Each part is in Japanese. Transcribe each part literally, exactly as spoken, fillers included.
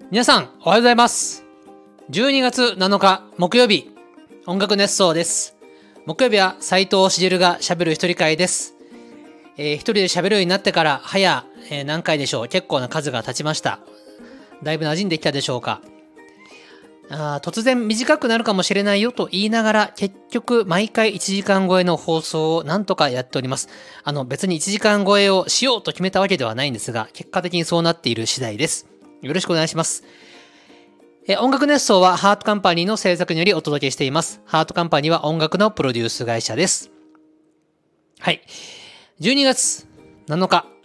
皆さん、おはようございます。じゅうにがつなのか木曜日、音楽熱奏です。木曜日は斉藤しじるが喋る一人会です。えー、一人で喋るようになってから早、えー、何回でしょう。結構な数が経ちました。だいぶ馴染んできたでしょうか。あ突然短くなるかもしれないよと言いながら、結局毎回いちじかん超えの放送をなんとかやっております。あの別にいちじかん超えをしようと決めたわけではないんですが、結果的にそうなっている次第です。よろしくお願いします。え音楽熱奏はハートカンパニーの制作によりお届けしています。ハートカンパニーは音楽のプロデュース会社です。はい。じゅうにがつなのか。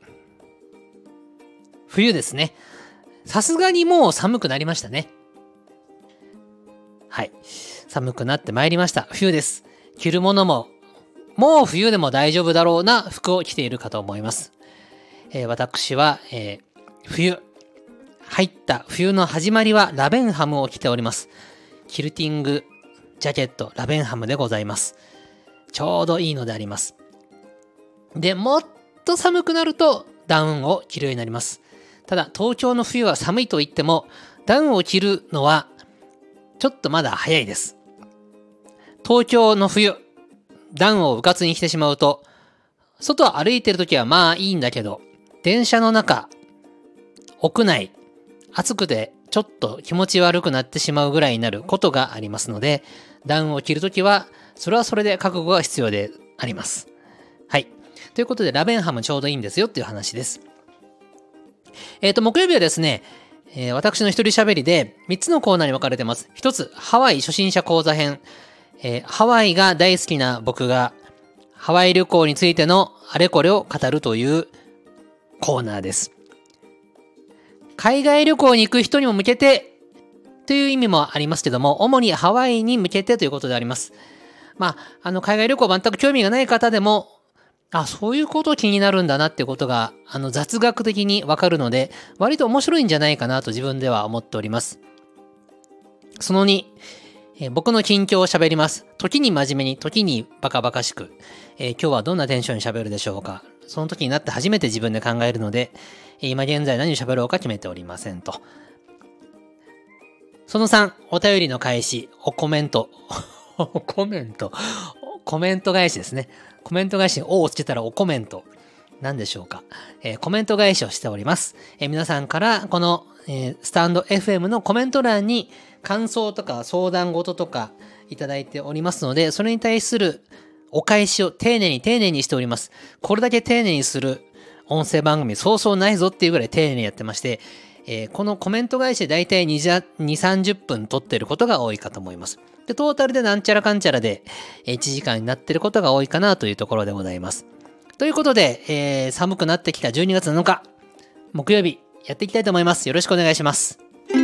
冬ですね。さすがにもう寒くなりましたね。はい。寒くなってまいりました。冬です。着るものも、もう冬でも大丈夫だろうな服を着ているかと思います。えー、私は、えー、冬、入った冬の始まりはラベンハムを着ております。キルティングジャケットラベンハムでございます。ちょうどいいのであります。で、もっと寒くなるとダウンを着るようになります。ただ東京の冬は寒いと言ってもダウンを着るのはちょっとまだ早いです。東京の冬、ダウンをうかつに着てしまうと、外を歩いてるときはまあいいんだけど、電車の中、屋内、暑くてちょっと気持ち悪くなってしまうぐらいになることがありますので、ダウンを着るときは、それはそれで覚悟が必要であります。はい。ということで、ラベンハムちょうどいいんですよっていう話です。えっと、木曜日はですね、えー、私の一人喋りでみっつのコーナーに分かれてます。ひとつ、ハワイ初心者講座編。えー、ハワイが大好きな僕が、ハワイ旅行についてのあれこれを語るというコーナーです。海外旅行に行く人にも向けてという意味もありますけども、主にハワイに向けてということであります。まあ、あの、海外旅行全く興味がない方でも、あ、そういうこと気になるんだなっていうことが、あの、雑学的にわかるので、割と面白いんじゃないかなと自分では思っております。そのに、えー、僕の近況を喋ります。時に真面目に、時にバカバカしく、えー、今日はどんなテンションに喋るでしょうか。その時になって初めて自分で考えるので、今現在何を喋ろうか決めておりませんと。そのさん、お便りの返し、おコメント、コメント、コメント返しですね。コメント返しにおをつけたらおコメント。何でしょうか、えー、コメント返しをしております。えー、皆さんからこの、えー、スタンド エフエム のコメント欄に感想とか相談事とかいただいておりますので、それに対するお返しを丁寧に丁寧にしております。これだけ丁寧にする音声番組そうそうないぞっていうぐらい丁寧にやってまして、えー、このコメント返しでだいたいにじゅう、さんじゅっぷん撮ってることが多いかと思います。で、トータルでなんちゃらかんちゃらでいちじかんになってることが多いかなというところでございます。ということで、えー、寒くなってきたじゅうにがつなのか、木曜日、やっていきたいと思います。よろしくお願いします。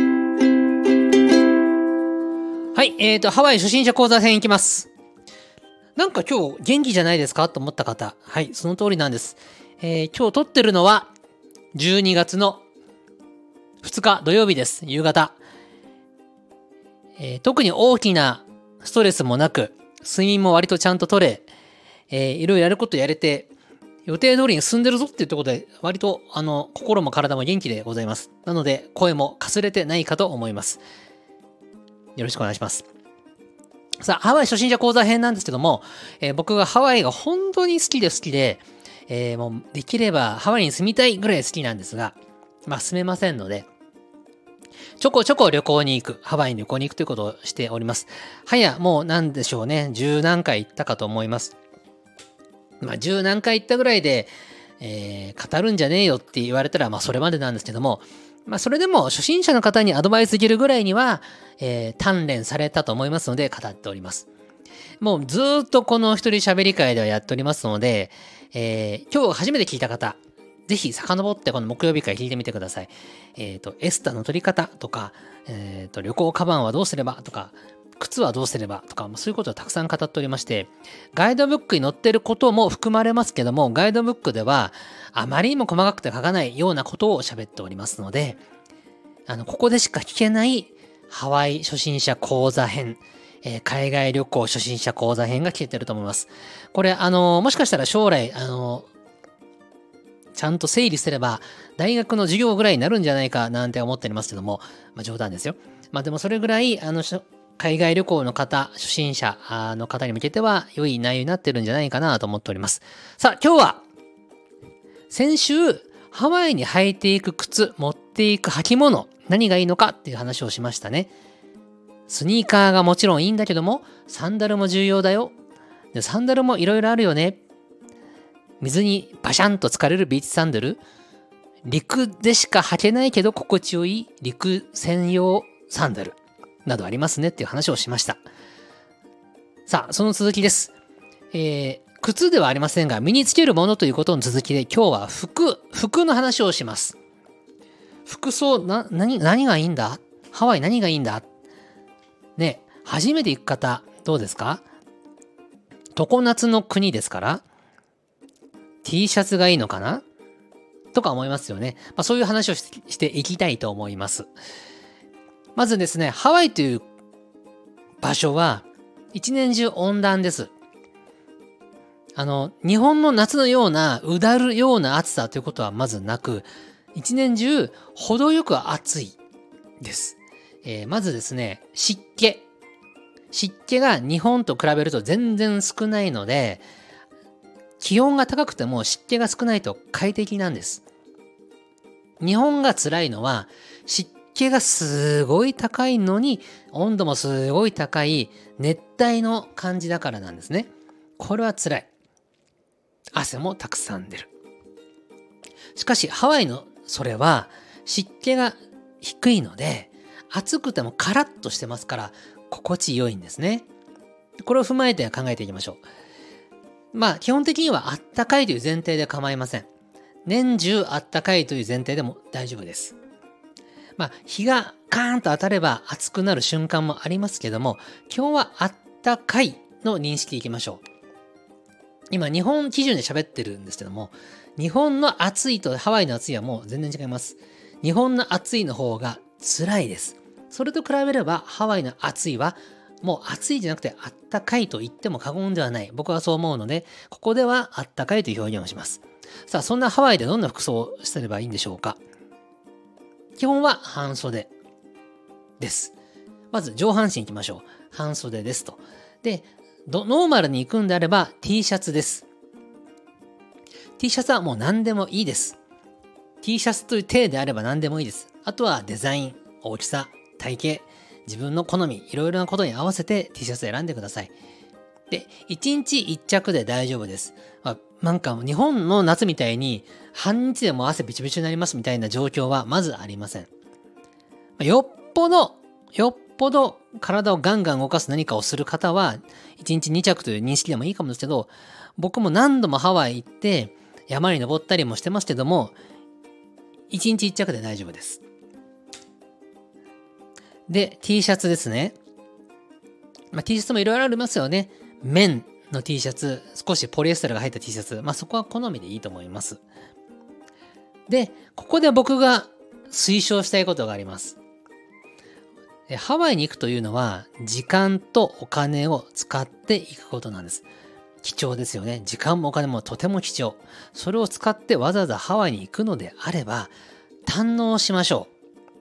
はい、えーと、ハワイ初心者講座編いきます。なんか今日元気じゃないですかと思った方、はい、その通りなんです。えー、今日撮ってるのはじゅうにがつのふつか土曜日です。夕方。えー、特に大きなストレスもなく、睡眠も割とちゃんと取れ、えー、いろいろやることやれて、予定通りに進んでるぞっていうところで、割とあの心も体も元気でございます。なので、声もかすれてないかと思います。よろしくお願いします。さあ、ハワイ初心者講座編なんですけども、えー、僕がハワイが本当に好きで好きで、えー、もうできればハワイに住みたいぐらい好きなんですが、まあ住めませんので、ちょこちょこ旅行に行く、ハワイに旅行に行くということをしております。はや、もうなんでしょうね、十何回行ったかと思います。まあ十何回行ったぐらいで、えー、語るんじゃねえよって言われたら、まあそれまでなんですけども、まあそれでも初心者の方にアドバイスできるぐらいには、えー、鍛錬されたと思いますので語っております。もうずっとこの一人喋り会ではやっておりますので、えー、今日初めて聞いた方、ぜひ遡ってこの木曜日会聞いてみてください。えっと、エスタの取り方とか、えっと、旅行カバンはどうすればとか、靴はどうすればとか、そういうことをたくさん語っておりまして、ガイドブックに載っていることも含まれますけども、ガイドブックではあまりにも細かくて書かないようなことを喋っておりますので、あの、ここでしか聞けないハワイ初心者講座編、えー、海外旅行初心者講座編が聞けてると思います。これ、あの、もしかしたら将来、あの、 ちゃんと整理すれば大学の授業ぐらいになるんじゃないかなんて思っておりますけども、まあ、冗談ですよ。まあでもそれぐらいあの海外旅行の方、初心者の方に向けては良い内容になってるんじゃないかなと思っております。さあ今日は先週ハワイに履いていく靴、持っていく履物、何がいいのかっていう話をしましたね。スニーカーがもちろんいいんだけども、サンダルも重要だよ。でサンダルもいろいろあるよね。水にバシャンと浸かれるビーチサンダル、陸でしか履けないけど心地よい陸専用サンダルなどありますねっていう話をしました。さあ、その続きです。えー、靴ではありませんが、身につけるものということの続きで、今日は服、服の話をします。服装、な、何、何がいいんだ？ハワイ何がいいんだ？ね、初めて行く方、どうですか？常夏の国ですから、T シャツがいいのかなとか思いますよね。まあ、そういう話をし、していきたいと思います。まずですね、ハワイという場所は一年中温暖です。あの、日本の夏のようなうだるような暑さということはまずなく、一年中程よく暑いです。えー、まずですね、湿気。湿気が日本と比べると全然少ないので、気温が高くても湿気が少ないと快適なんです。日本が辛いのは湿気がすごい高いのに温度もすごい高い熱帯の感じだからなんですね。これは辛い。汗もたくさん出る。しかしハワイのそれは湿気が低いので暑くてもカラッとしてますから心地よいんですね。これを踏まえて考えていきましょう。まあ基本的にはあったかいという前提で構いません。年中あったかいという前提でも大丈夫です。まあ日がカーンと当たれば暑くなる瞬間もありますけども、今日はあったかいの認識でいきましょう。今日本基準で喋ってるんですけども、日本の暑いとハワイの暑いはもう全然違います。日本の暑いの方が辛いです。それと比べればハワイの暑いはもう暑いじゃなくてあったかいと言っても過言ではない。僕はそう思うので、ここではあったかいという表現をします。さあ、そんなハワイでどんな服装をすればいいんでしょうか。基本は半袖です。まず上半身いきましょう。半袖ですと。で、ノーマルに行くんであれば T シャツです。T シャツはもう何でもいいです。T シャツという体であれば何でもいいです。あとはデザイン、大きさ、体型、自分の好み、いろいろなことに合わせて T シャツ選んでください。で、一日一着で大丈夫です。まあ、なんか日本の夏みたいに半日でも汗びちびちになりますみたいな状況はまずありません。よっぽど、よっぽど体をガンガン動かす何かをする方は、一日二着という認識でもいいかもですけど、僕も何度もハワイ行って山に登ったりもしてますけども、一日一着で大丈夫です。で、T シャツですね。まあ、T シャツもいろいろありますよね。綿の T シャツ、少しポリエステルが入った T シャツ。まあ、そこは好みでいいと思います。で、ここで僕が推奨したいことがあります。ハワイに行くというのは、時間とお金を使っていくことなんです。貴重ですよね。時間もお金もとても貴重。それを使ってわざわざハワイに行くのであれば、堪能しましょう。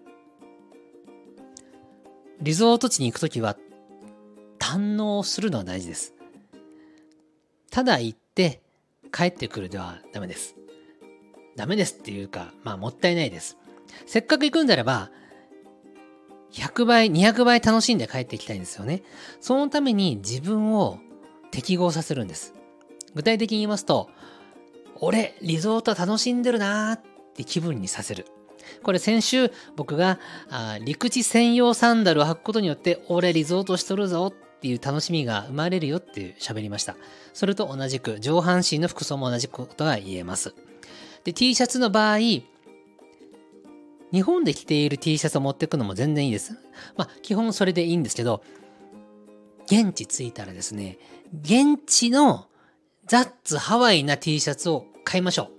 リゾート地に行くときは、堪能するのは大事です。ただ行って帰ってくるではダメです。ダメですっていうか、まあもったいないです。せっかく行くんであれば、ひゃくばい、にひゃくばい楽しんで帰っていきたいんですよね。そのために自分を適合させるんです。具体的に言いますと、俺、リゾート楽しんでるなーって気分にさせる。これ先週僕があ陸地専用サンダルを履くことによって俺リゾートしとるぞっていう楽しみが生まれるよっていう喋りました。それと同じく上半身の服装も同じことが言えます。で T シャツの場合、日本で着ている T シャツを持っていくのも全然いいです。まあ基本それでいいんですけど、現地着いたらですね、現地のザッツハワイな T シャツを買いましょう。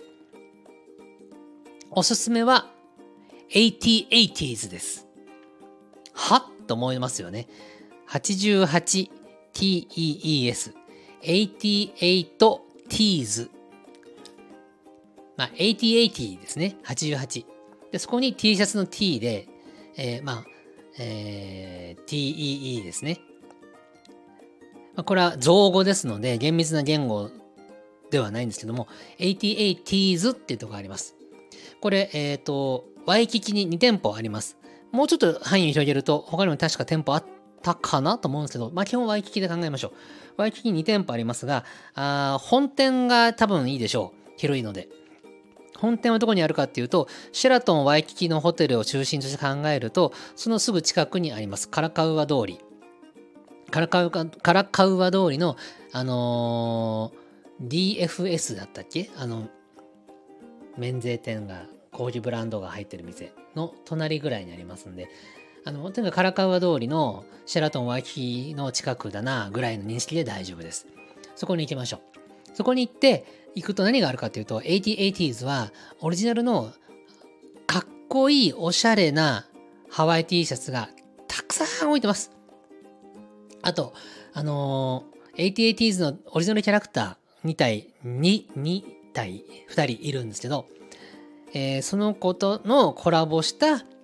おすすめははちじゅうはち ティーズです。はっと思いますよね。はちじゅうはち ティーイーイーエス。はちじゅうはち ティーズ。 まあ、はちじゅうはちですね。はちじゅうはち。で、そこに T シャツの T で、えー、まあ、えー、ティーイーイー ですね。まあ、これは造語ですので、厳密な言語ではないんですけども、はちじゅうはちティーズ っていうところがあります。これ、えっと、ワイキキにに店舗あります。もうちょっと範囲を広げると、他にも確か店舗あったかなと思うんですけど、まあ基本ワイキキで考えましょう。ワイキキに店舗ありますが、あ本店が多分いいでしょう。広いので。本店はどこにあるかっていうと、シェラトンワイキキのホテルを中心として考えると、そのすぐ近くにあります。カラカウア通り。カラカウア、カラカウア通りの、あのー、ディーエフエス だったっけあの、免税店が、高級ブランドが入ってる店の隣ぐらいにありますんで、あの、とにかくカラカウア通りのシェラトンワイキキの近くだなぐらいの認識で大丈夫です。そこに行きましょう。そこに行って、行くと何があるかというと、はちじゅうはち はオリジナルのかっこいいおしゃれなハワイ T シャツがたくさん置いてます。あと、あのー、はちじゅうはち のオリジナルキャラクターに体、に、に体、ふたりいるんですけど、えー、その子とのコラボした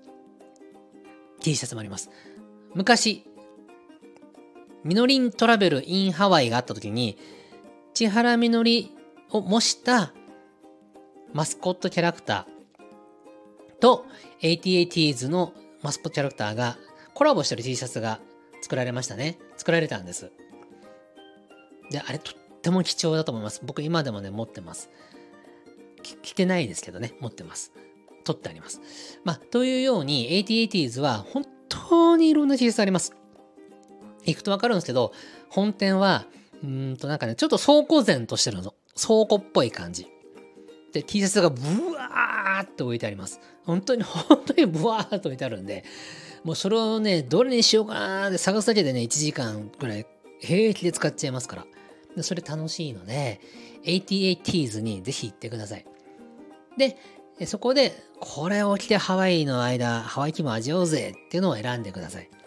T シャツもあります。昔、みのりんトラベル in ハワイがあった時に、千原みのりを模したマスコットキャラクターと はちじゅうはち のマスコットキャラクターがコラボしてる T シャツが作られましたね。作られたんです。で、あれとっても貴重だと思います。僕今でもね、持ってます。着てないですけどね、持ってます。取ってあります。まあ、というように はちじゅうはち は本当にいろんな T シャツあります。行くとわかるんですけど、本店は、うーんとなんかね、ちょっと倉庫然としてるの。倉庫っぽい感じ。で、T シャツがブワーって置いてあります。本当に、本当にブワーって置いてあるんで、もうそれをね、どれにしようかなーって探すだけでね、いちじかんぐらい平気で使っちゃいますから。でそれ楽しいので、はちじゅうはち にぜひ行ってください。で、そこで、これを着てハワイの間、ハワイ気分味わおうぜっていうのを選んでください。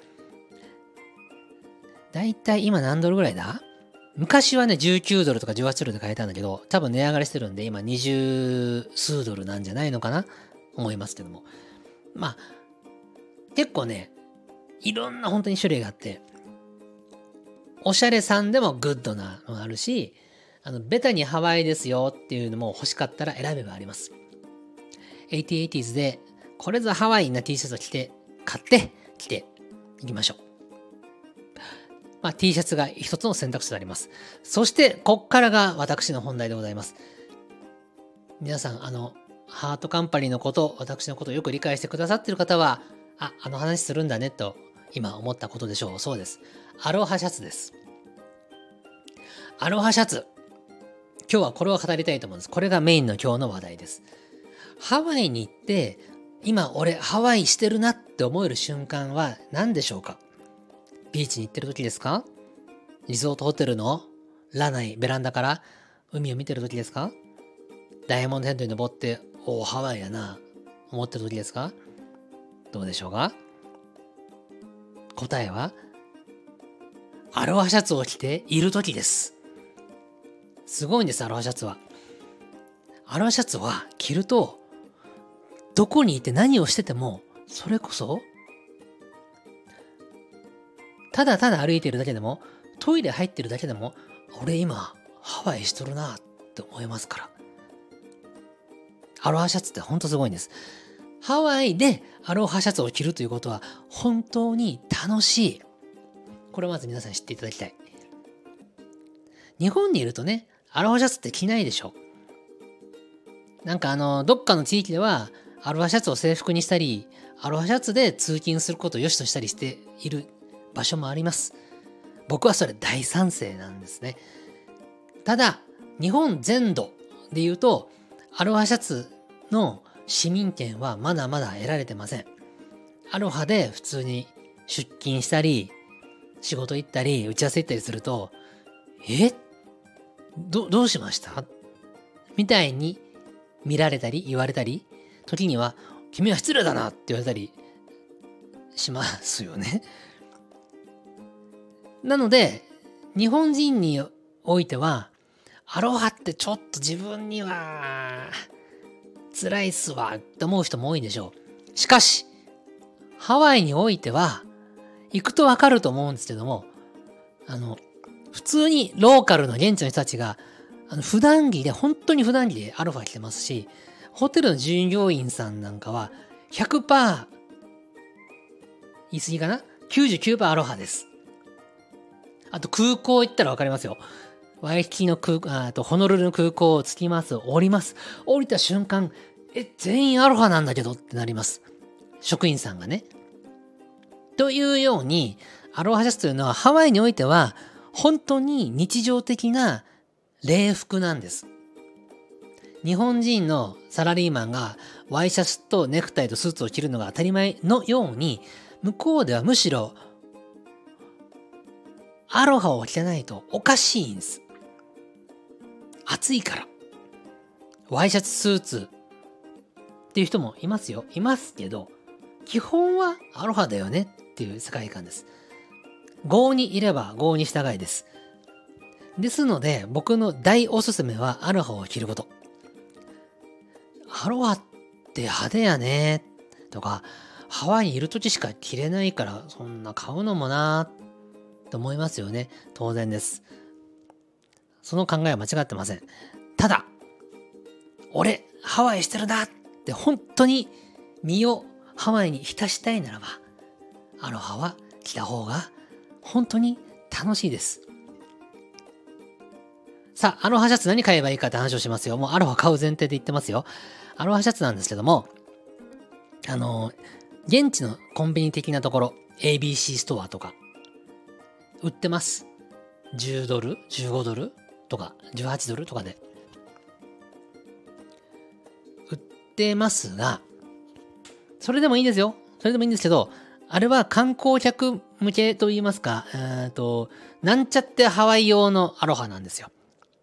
だいたい今何ドルぐらいだ？昔はね、じゅうきゅうドルとかじゅうはちドルで買えたんだけど、多分値上がりしてるんで、今にじゅう数ドルなんじゃないのかな思いますけども。まあ、結構ね、いろんな本当に種類があって、おしゃれさんでもグッドなのがあるし、あの、ベタにハワイですよっていうのも欲しかったら選べばあります。はちじゅうはち で、これぞハワイな T シャツを着て、買って、着ていきましょう。まあ、T シャツが一つの選択肢であります。そして、こっからが私の本題でございます。皆さん、あの、ハートカンパニーのこと、私のことをよく理解してくださっている方は、あ、あの話するんだねと、今思ったことでしょう。そうです。アロハシャツです。アロハシャツ。今日はこれを語りたいと思うんです。これがメインの今日の話題です。ハワイに行って、今俺ハワイしてるなって思える瞬間は何でしょうか？ビーチに行ってる時ですか？リゾートホテルのラナイ、ベランダから海を見てる時ですか？ダイヤモンドヘッドに登って、おお、ハワイやな、思ってる時ですか？どうでしょうか？答えは、アロハシャツを着ている時です。すごいんです、アロハシャツは。アロハシャツは着ると、どこにいて何をしてても、それこそ、ただただ歩いてるだけでも、トイレ入ってるだけでも、俺今、ハワイしとるなって思いますから。アロハシャツってほんとすごいんです。ハワイでアロハシャツを着るということは、本当に楽しい。これをまず皆さん知っていただきたい。日本にいるとね、アロハシャツって着ないでしょ。なんかあの、どっかの地域では、アロハシャツを制服にしたり、アロハシャツで通勤することを良しとしたりしている場所もあります。僕はそれ大賛成なんですね。ただ、日本全土で言うと、アロハシャツの市民権はまだまだ得られてません。アロハで普通に出勤したり、仕事行ったり、打ち合わせ行ったりすると、えど、どうしましたみたいに見られたり言われたり、時には、君は失礼だなって言われたりしますよね。なので、日本人においては、アロハってちょっと自分には辛いっすわって思う人も多いんでしょう。しかし、ハワイにおいては、行くとわかると思うんですけども、あの、普通にローカルの現地の人たちが、あの普段着で、本当に普段着でアロハ着てますし、ホテルの従業員さんなんかは ひゃくパーセント、言い過ぎかな ?きゅうじゅうきゅうパーセント アロハです。あと空港行ったらわかりますよ。ワイキキの空港、あとホノルルの空港を着きます。降ります。降りた瞬間、え、全員アロハなんだけどってなります。職員さんがね。というように、アロハシャツというのはハワイにおいては本当に日常的な礼服なんです。日本人のサラリーマンがワイシャツとネクタイとスーツを着るのが当たり前のように、向こうではむしろアロハを着てないとおかしいんです。暑いから。ワイシャツスーツっていう人もいますよ。いますけど、基本はアロハだよねっていう世界観です。郷にいれば郷に従いです。ですので、僕の大おすすめはアロハを着ること。アロハって派手やねとか、ハワイにいる時しか着れないからそんな買うのもなと思いますよね。当然です。その考えは間違ってません。ただ、俺ハワイしてるなって本当に身をハワイに浸したいならば、アロハは着た方が本当に楽しいです。さあ、アロハシャツ何買えばいいかって話をしますよ。もうアロハ買う前提で言ってますよ。アロハシャツなんですけども、あの、現地のコンビニ的なところ、エービーシー ストアとか、売ってます。じゅうドル ?じゅうご ドルとか、じゅうはちドルとかで。売ってますが、それでもいいですよ。それでもいいんですけど、あれは観光客向けと言いますか、えっと、なんちゃってハワイ用のアロハなんですよ。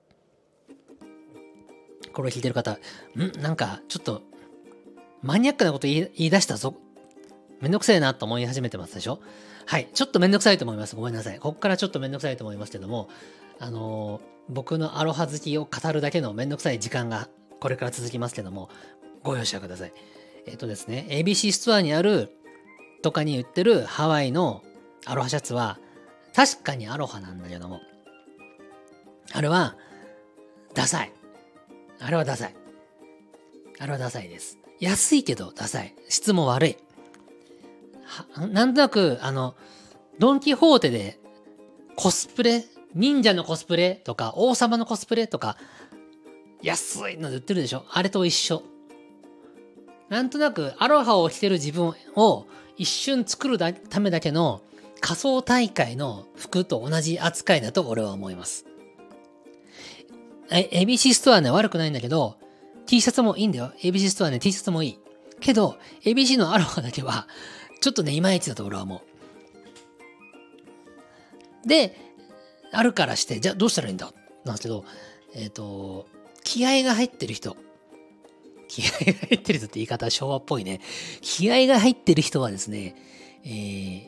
これを聞いてる方、んなんかちょっとマニアックなこと言い言い出したぞ。めんどくせえなと思い始めてますでしょ。はい。ちょっとめんどくさいと思います。ごめんなさい。こっからちょっとめんどくさいと思いますけども、あのー、僕のアロハ好きを語るだけのめんどくさい時間がこれから続きますけども、ご容赦ください。えっとですね、エービーシー ストアにあるとかに売ってるハワイのアロハシャツは確かにアロハなんだけども、あれはダサい。あれはダサい。あれはダサいです。安いけどダサい。質も悪い。なんとなく、あの、ドンキホーテでコスプレ、忍者のコスプレとか、王様のコスプレとか、安いので売ってるでしょ。あれと一緒。なんとなく、アロハを着てる自分を一瞬作るためだけの仮想大会の服と同じ扱いだと俺は思います。エービーシー ストアね、悪くないんだけど、T シャツもいいんだよ。エービーシー ストアね、T シャツもいい。けど、エービーシー のアロハだけは、ちょっとね、いまいちだと俺は思う。で、あるからして、じゃあどうしたらいいんだなんですけど、えっと、気合が入ってる人。気合が入ってる人って言い方は昭和っぽいね。気合が入ってる人はですね、えー、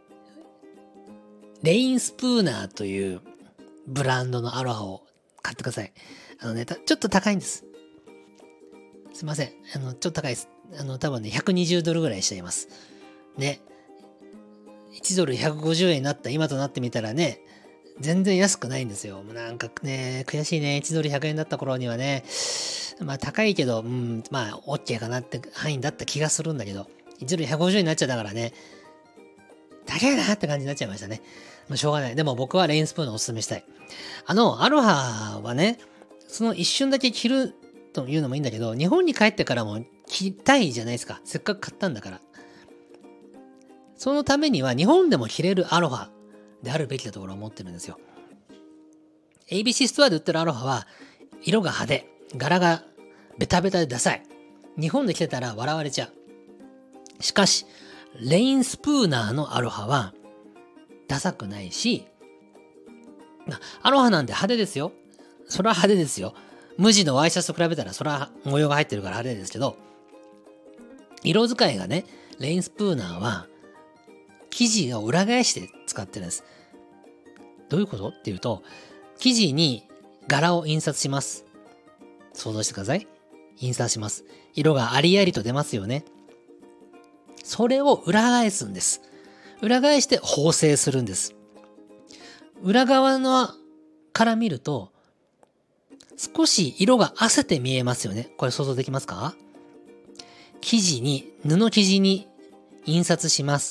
レインスプーナーというブランドのアロハを買ってください。あのね、ちょっと高いんです。すいません。あの、ちょっと高いです。あの、多分ね、ひゃくにじゅうドルぐらいしちゃいます。ね。いちドルひゃくごじゅうえんになった今となってみたらね、全然安くないんですよ。なんかね、悔しいね。いちドルひゃくえんだった頃にはね、まあ高いけど、うん、まあ OK かなって範囲だった気がするんだけど、いちドルひゃくごじゅうえんになっちゃったからね、高いなって感じになっちゃいましたね。まあしょうがない。でも僕はレインスプーンをおすすめしたい。あの、アロハはね、その一瞬だけ着るというのもいいんだけど、日本に帰ってからも着たいじゃないですか。せっかく買ったんだから。そのためには日本でも着れるアロハであるべきだと俺は思ってるんですよ。エービーシー ストアで売ってるアロハは色が派手、柄がベタベタでダサい。日本で着てたら笑われちゃう。しかし、レインスプーナーのアロハはダサくないし、アロハなんて派手ですよ。それは派手ですよ。無地のワイシャツと比べたらそれは模様が入ってるから派手ですけど、色使いがね、レインスプーナーは生地を裏返して使ってるんです。どういうことっていうと、生地に柄を印刷します。想像してください。 印刷します。色がありありと出ますよね。それを裏返すんです。裏返して縫製するんです。裏側のから見ると、少し色が褪せて見えますよね。これ想像できますか？生地に、布生地に印刷します。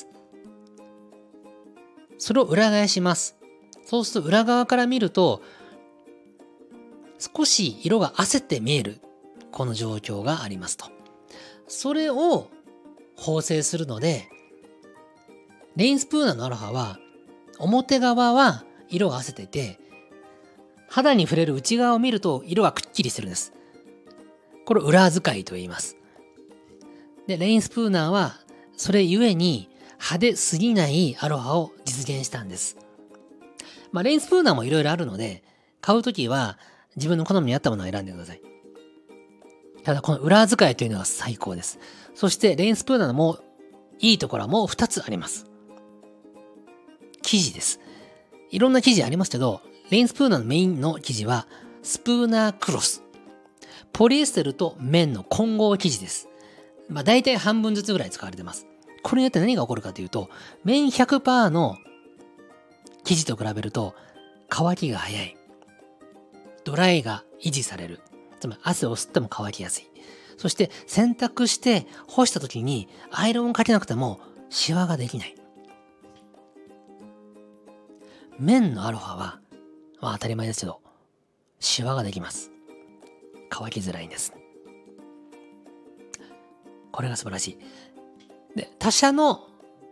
それを裏返します。そうすると裏側から見ると、少し色が褪せて見える、この状況がありますと。それを縫製するので、レインスプーナーのアロハは、表側は色が褪せていて、肌に触れる内側を見ると色がくっきりしてるんです。これを裏使いと言います。で、レインスプーナーは、それゆえに派手すぎないアロハを実現したんです。まあ、レインスプーナーもいろいろあるので、買うときは自分の好みに合ったものを選んでください。ただ、この裏使いというのは最高です。そして、レインスプーナーのもういいところはもうふたつあります。生地です。いろんな生地ありますけど、レインスプーナーのメインの生地は、スプーナークロス。ポリエステルと綿の混合生地です。まあ大体半分ずつぐらい使われてます。これによって何が起こるかというと、綿 ひゃくパーセント の生地と比べると、乾きが早い。ドライが維持される。つまり汗を吸っても乾きやすい。そして洗濯して干した時にアイロンをかけなくてもシワができない。綿のアロハは、まあ当たり前ですけど、シワができます。乾きづらいんです。これが素晴らしい。で、他社の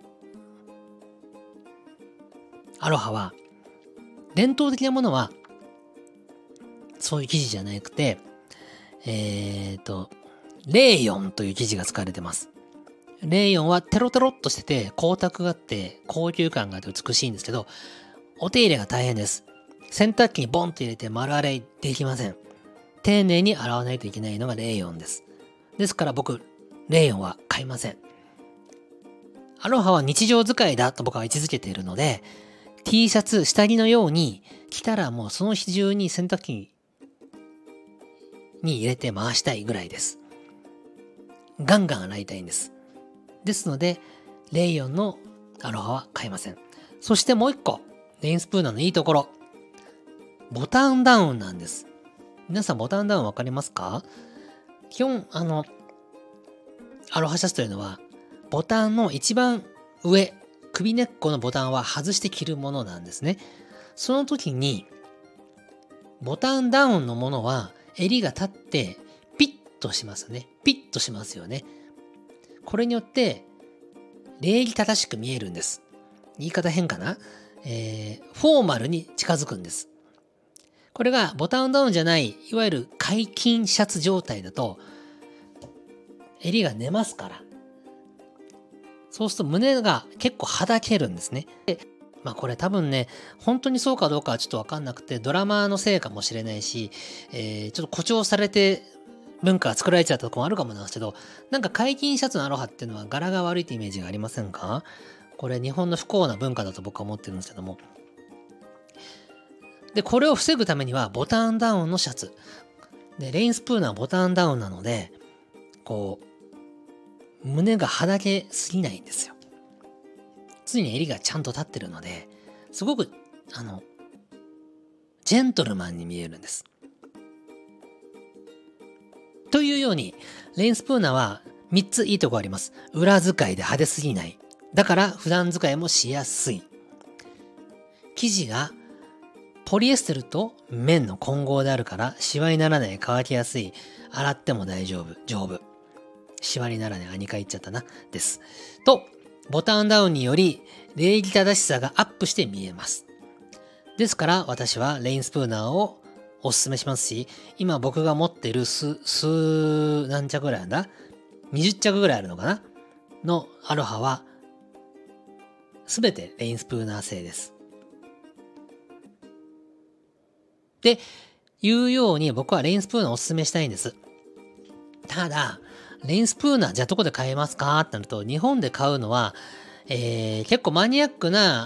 アロハは、伝統的なものは、そういう生地じゃなくて、えっと、レーヨンという生地が使われてます。レーヨンはテロテロっとしてて、光沢があって、高級感があって美しいんですけど、お手入れが大変です。洗濯機にボンと入れて丸洗いできません。丁寧に洗わないといけないのがレーヨンです。ですから僕、レーヨンは買いません。アロハは日常使いだと僕は位置づけているので、T シャツ、下着のように着たらもうその日中に洗濯機に入れて回したいぐらいです。ガンガン洗いたいんです。ですので、レイヨンのアロハは買いません。そしてもう一個、レインスプーナーのいいところ。ボタンダウンなんです。皆さんボタンダウンわかりますか？基本、あの、アロハシャツというのは、ボタンの一番上、首根っこのボタンは外して着るものなんですね。その時に、ボタンダウンのものは襟が立ってピッとしますよね。ピッとしますよね。これによって礼儀正しく見えるんです。言い方変かな、えー、フォーマルに近づくんです。これがボタンダウンじゃない、いわゆる解禁シャツ状態だと襟が寝ますから。そうすると胸が結構はだけるんですね。でまあこれ多分ね、本当にそうかどうかはちょっとわかんなくて、ドラマのせいかもしれないし、えー、ちょっと誇張されて文化が作られちゃったとこもあるかもなんですけど、なんか解禁シャツのアロハっていうのは柄が悪いってイメージがありませんか？これ日本の不幸な文化だと僕は思ってるんですけども。で、これを防ぐためにはボタンダウンのシャツ。で、レインスプーナーはボタンダウンなので、こう、胸がはだけすぎないんですよ。常に襟がちゃんと立ってるので、すごく、あの、ジェントルマンに見えるんです。というように、レインスプーナーはみっついいとこあります。裏使いで派手すぎない。だから普段使いもしやすい。生地がポリエステルと綿の混合であるからシワにならない、乾きやすい。洗っても大丈夫、丈夫。シワにならない、あ、にかい言っちゃったな。です。と、ボタンダウンにより礼儀正しさがアップして見えます。ですから私はレインスプーナーをおすすめしますし、今僕が持ってる数、数何着ぐらいなんだ ?にじゅっ 着ぐらいあるのかなのアロハはすべてレインスプーナー製です。で、いうように僕はレインスプーナーをおすすめしたいんです。ただ、レインスプーナーじゃあどこで買えますかってなると、日本で買うのは、えー、結構マニアックな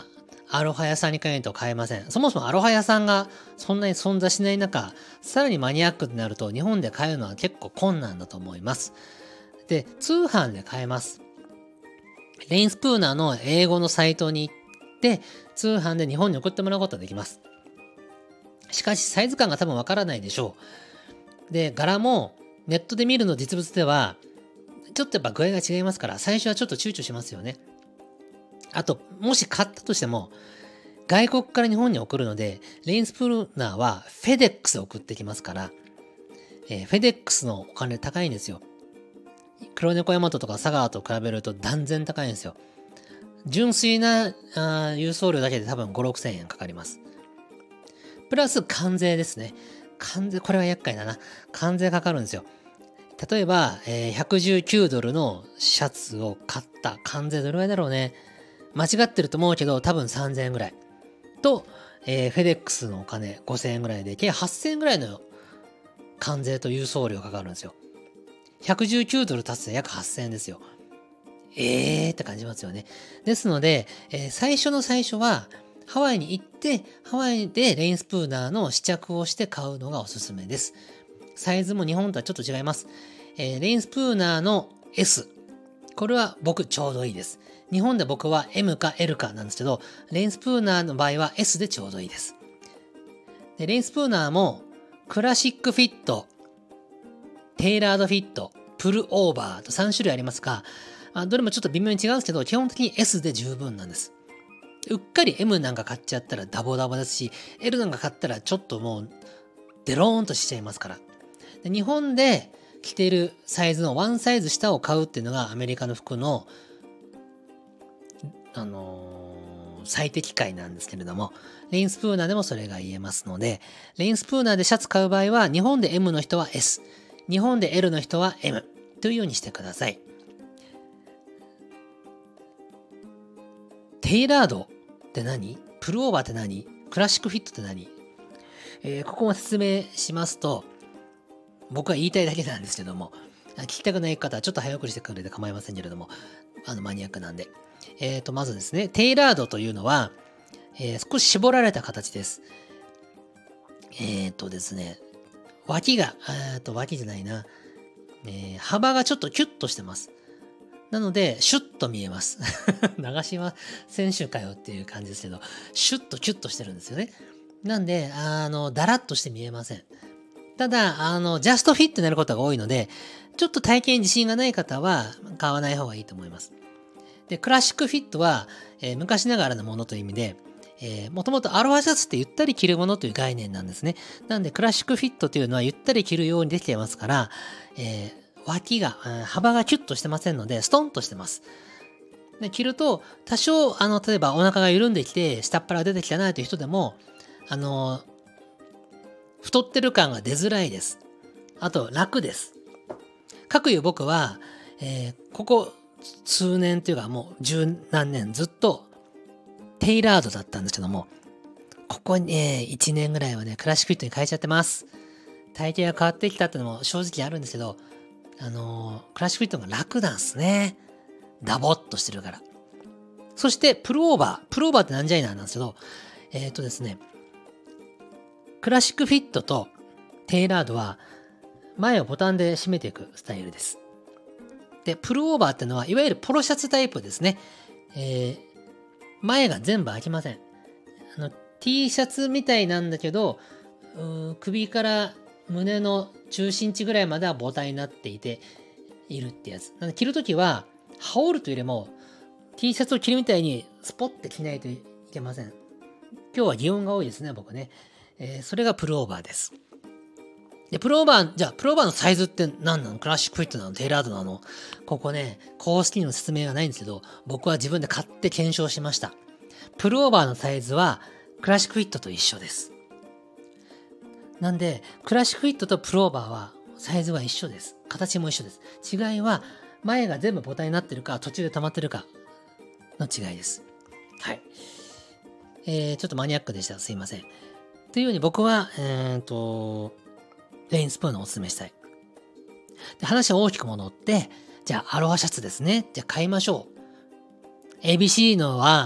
アロハ屋さんに買えないと買えません。そもそもアロハ屋さんがそんなに存在しない中、さらにマニアックになると日本で買えるのは結構困難だと思います。で、通販で買えます。レインスプーナーの英語のサイトに行って、通販で日本に送ってもらうことができます。しかし、サイズ感が多分わからないでしょう。で、柄もネットで見るの実物では、ちょっとやっぱ具合が違いますから、最初はちょっと躊躇しますよね。あと、もし買ったとしても、外国から日本に送るので、レインスプーナーはフェデックスで送ってきますから、えー、フェデックスのお金高いんですよ。黒猫ヤマトとか佐川と比べると断然高いんですよ。純粋なあ郵送料だけで多分ご、ろくせんえんかかります。プラス関税ですね。関税、これは厄介だな。関税かかるんですよ。例えば、えー、ひゃくじゅうきゅうドルのシャツを買った。関税どれぐらいだろうね。間違ってると思うけど、多分さんぜんえんぐらい。と、えー、フェデックスのお金ごせんえんぐらいで、計はっせんえんぐらいの関税と郵送料かかるんですよ。ひゃくじゅうきゅうドル足すと約はっせんえんですよ。えーって感じますよね。ですので、えー、最初の最初は、ハワイに行って、ハワイでレインスプーナーの試着をして買うのがおすすめです。サイズも日本とはちょっと違います。えー、レインスプーナーの S。これは僕ちょうどいいです。日本で僕は エム か エル かなんですけど、レインスプーナーの場合は S でちょうどいいです。でレインスプーナーもクラシックフィット、テイラードフィット、プルオーバーとさん種類ありますが、どれもちょっと微妙に違うんですけど、基本的に S で十分なんです。うっかり エム なんか買っちゃったらダボダボですし、エル なんか買ったらちょっともうデローンとしちゃいますから。で日本で着てるサイズのワンサイズ下を買うっていうのがアメリカの服の、あのー、最適解なんですけれども、レインスプーナーでもそれが言えますので、レインスプーナーでシャツ買う場合は、日本で エム の人は S、日本で エル の人は エム というようにしてください。テイラードって何？プルオーバーって何？クラシックフィットって何？えー、ここも説明しますと、僕は言いたいだけなんですけども、聞きたくない方はちょっと早送りしてくれて構いませんけれども、あのマニアックなんで。えっと、まずですね、テイラードというのは、えー、少し絞られた形です。えっとですね、脇が、えっと、脇じゃないな、えー、幅がちょっとキュッとしてます。なので、シュッと見えます。長島選手かよっていう感じですけど、シュッとキュッとしてるんですよね。なんで、あの、だらっとして見えません。ただ、あの、ジャストフィットになることが多いので、ちょっと体型に自信がない方は買わない方がいいと思います。で、クラシックフィットは、えー、昔ながらのものという意味で、えー、もともとアロハシャツってゆったり着るものという概念なんですね。なんで、クラシックフィットというのはゆったり着るようにできていますから、えー、脇が、幅がキュッとしてませんので、ストンとしてます。で、着ると、多少、あの、例えばお腹が緩んできて、下っ腹が出てきたなという人でも、あの、太ってる感が出づらいです。あと、楽です。かくいう僕は、えー、ここ数年というかもう十何年ずっとテイラードだったんですけども、ここにね、いちねんぐらいはね、クラシックフィットに変えちゃってます。体型が変わってきたっていうのも正直あるんですけど、あのー、クラシックフィットが楽なんですね。ダボっとしてるから。そして、プルオーバー。プルオーバーってなんじゃいななんですけど、えっとですね、クラシックフィットとテイラードは前をボタンで締めていくスタイルです。で、プルオーバーってのは、いわゆるポロシャツタイプですね。えー、前が全部開きません。あの、T シャツみたいなんだけど、首から胸の中心地ぐらいまではボタンになっていているってやつ。なので着るときは、羽織るというよりも T シャツを着るみたいにスポッて着ないといけません。今日は擬音が多いですね、僕ね。えー、それがプルオーバーです。で、プルオーバー、じゃあ、プルオーバーのサイズって何なの？クラシックフィットなの？テイラードなの？ここね、公式にの説明がないんですけど、僕は自分で買って検証しました。プルオーバーのサイズは、クラシックフィットと一緒です。なんで、クラシックフィットとプルオーバーは、サイズは一緒です。形も一緒です。違いは、前が全部ボタンになってるか、途中で溜まってるかの違いです。はい。えー、ちょっとマニアックでした。すいません。というように僕は、えーと、レインスプーンをお勧めしたい。で、話を大きく戻って、じゃあアロハシャツですね。じゃあ買いましょう。エービーシー のは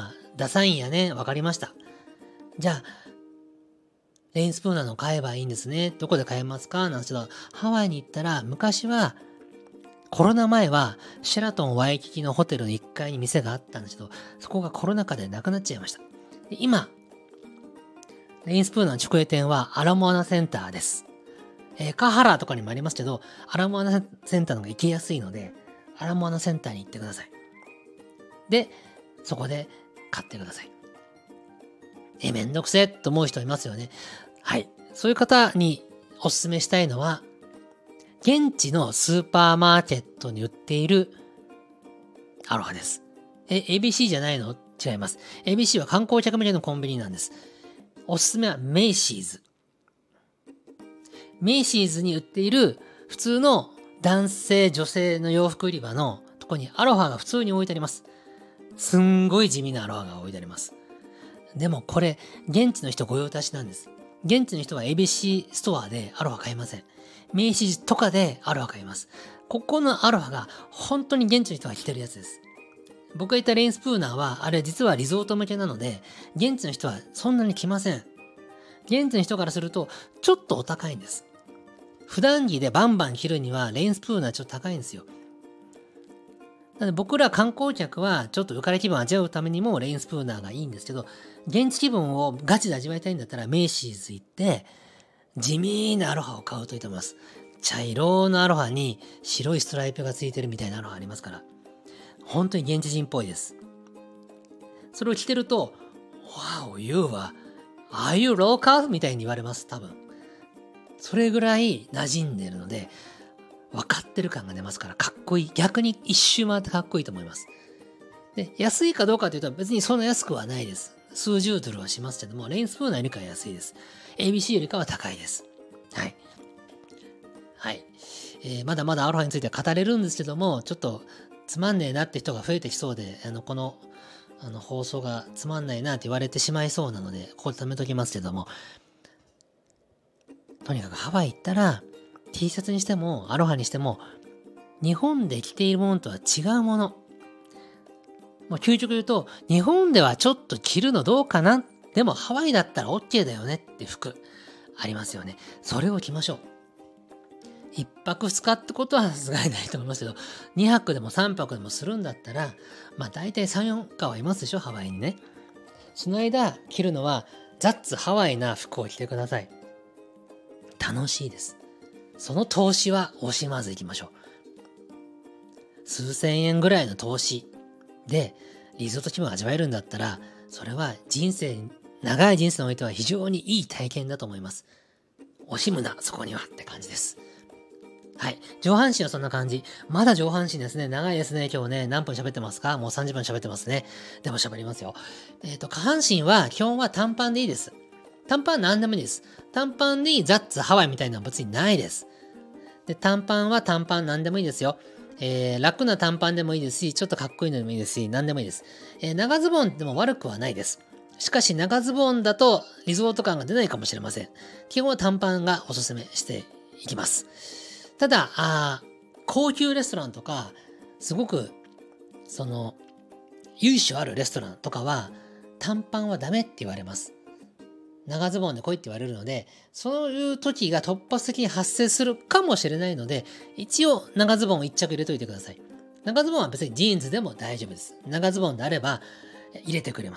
ダサいんやね。わかりました。じゃあ、レインスプーナーの買えばいいんですね。どこで買えますかなんですけど、ハワイに行ったら、昔は、コロナ前は、シェラトンワイキキのホテルのいっかいに店があったんですけど、そこがコロナ禍でなくなっちゃいました。で今、レインスプーナーの直営店はアラモアナセンターです。えー、カハラとかにもありますけど、アラモアナセンターの方が行きやすいので、アラモアナセンターに行ってください。で、そこで買ってください。え、めんどくせえと思う人いますよね。はい。そういう方にお勧めしたいのは、現地のスーパーマーケットに売っているアロハです。え、エービーシー じゃないの？違います。エービーシー は観光客向けのコンビニなんです。おすすめはメイシーズ。メイシーズに売っている普通の男性女性の洋服売り場のとこにアロハが普通に置いてあります。すんごい地味なアロハが置いてあります。でもこれ、現地の人御用達なんです。現地の人は エービーシー ストアでアロハ買いません。メイシーズとかでアロハ買います。ここのアロハが本当に現地の人が着てるやつです。僕が言ったレインスプーナーは、あれ実はリゾート向けなので、現地の人はそんなに着ません。現地の人からすると、ちょっとお高いんです。普段着でバンバン着るには、レインスプーナーちょっと高いんですよ。なので僕ら観光客は、ちょっと浮かれ気分を味わうためにもレインスプーナーがいいんですけど、現地気分をガチで味わいたいんだったら、メイシーズ行って、地味なアロハを買うといいと思います。茶色のアロハに白いストライプがついてるみたいなアロハありますから。本当に現地人っぽいです。それを着てると、Wow, you は、Are you local? みたいに言われます、多分。それぐらい馴染んでるので、分かってる感が出ますから、かっこいい。逆に一周回ってかっこいいと思います。で、安いかどうかというと別にそんな安くはないです。数十ドルはしますけども、レインスプーナーよりかは安いです。エービーシー よりかは高いです。はい。はい。えー、まだまだアロハについては語れるんですけども、ちょっとつまんねえなって人が増えてきそうで、あの、この、あの、放送がつまんないなって言われてしまいそうなので、ここで止めときますけども、とにかくハワイ行ったら、T シャツにしても、アロハにしても、日本で着ているものとは違うもの。もう究極言うと、日本ではちょっと着るのどうかな？でもハワイだったら OK だよねって服ありますよね。それを着ましょう。一泊二日ってことはさすがにないと思いますけど、二泊でも三泊でもするんだったら、まあ大体三、四日はいますでしょ、ハワイにね。その間着るのは、ザッツハワイな服を着てください。楽しいです。その投資は惜しまず行きましょう。数千円ぐらいの投資でリゾート気分を味わえるんだったら、それは人生、長い人生においては非常にいい体験だと思います。惜しむな、そこにはって感じです。はい。上半身はそんな感じ。まだ上半身ですね。長いですね。今日ね。何分喋ってますか？もうさんじゅっぷん喋ってますね。でも喋りますよ。えっと、下半身は基本は短パンでいいです。短パンは何でもいいです。短パンでザッツハワイみたいなのは別にないです。で、短パンは短パン何でもいいですよ。えー、楽な短パンでもいいですし、ちょっとかっこいいのでもいいですし、何でもいいです。えー、長ズボンでも悪くはないです。しかし長ズボンだとリゾート感が出ないかもしれません。基本は短パンがおすすめしていきます。ただ、あ高級レストランとか、すごく、その、由緒あるレストランとかは、短パンはダメって言われます。長ズボンで来いって言われるので、そういう時が突発的に発生するかもしれないので、一応長ズボンを一着入れといてください。長ズボンは別にジーンズでも大丈夫です。長ズボンであれば入れてくれます。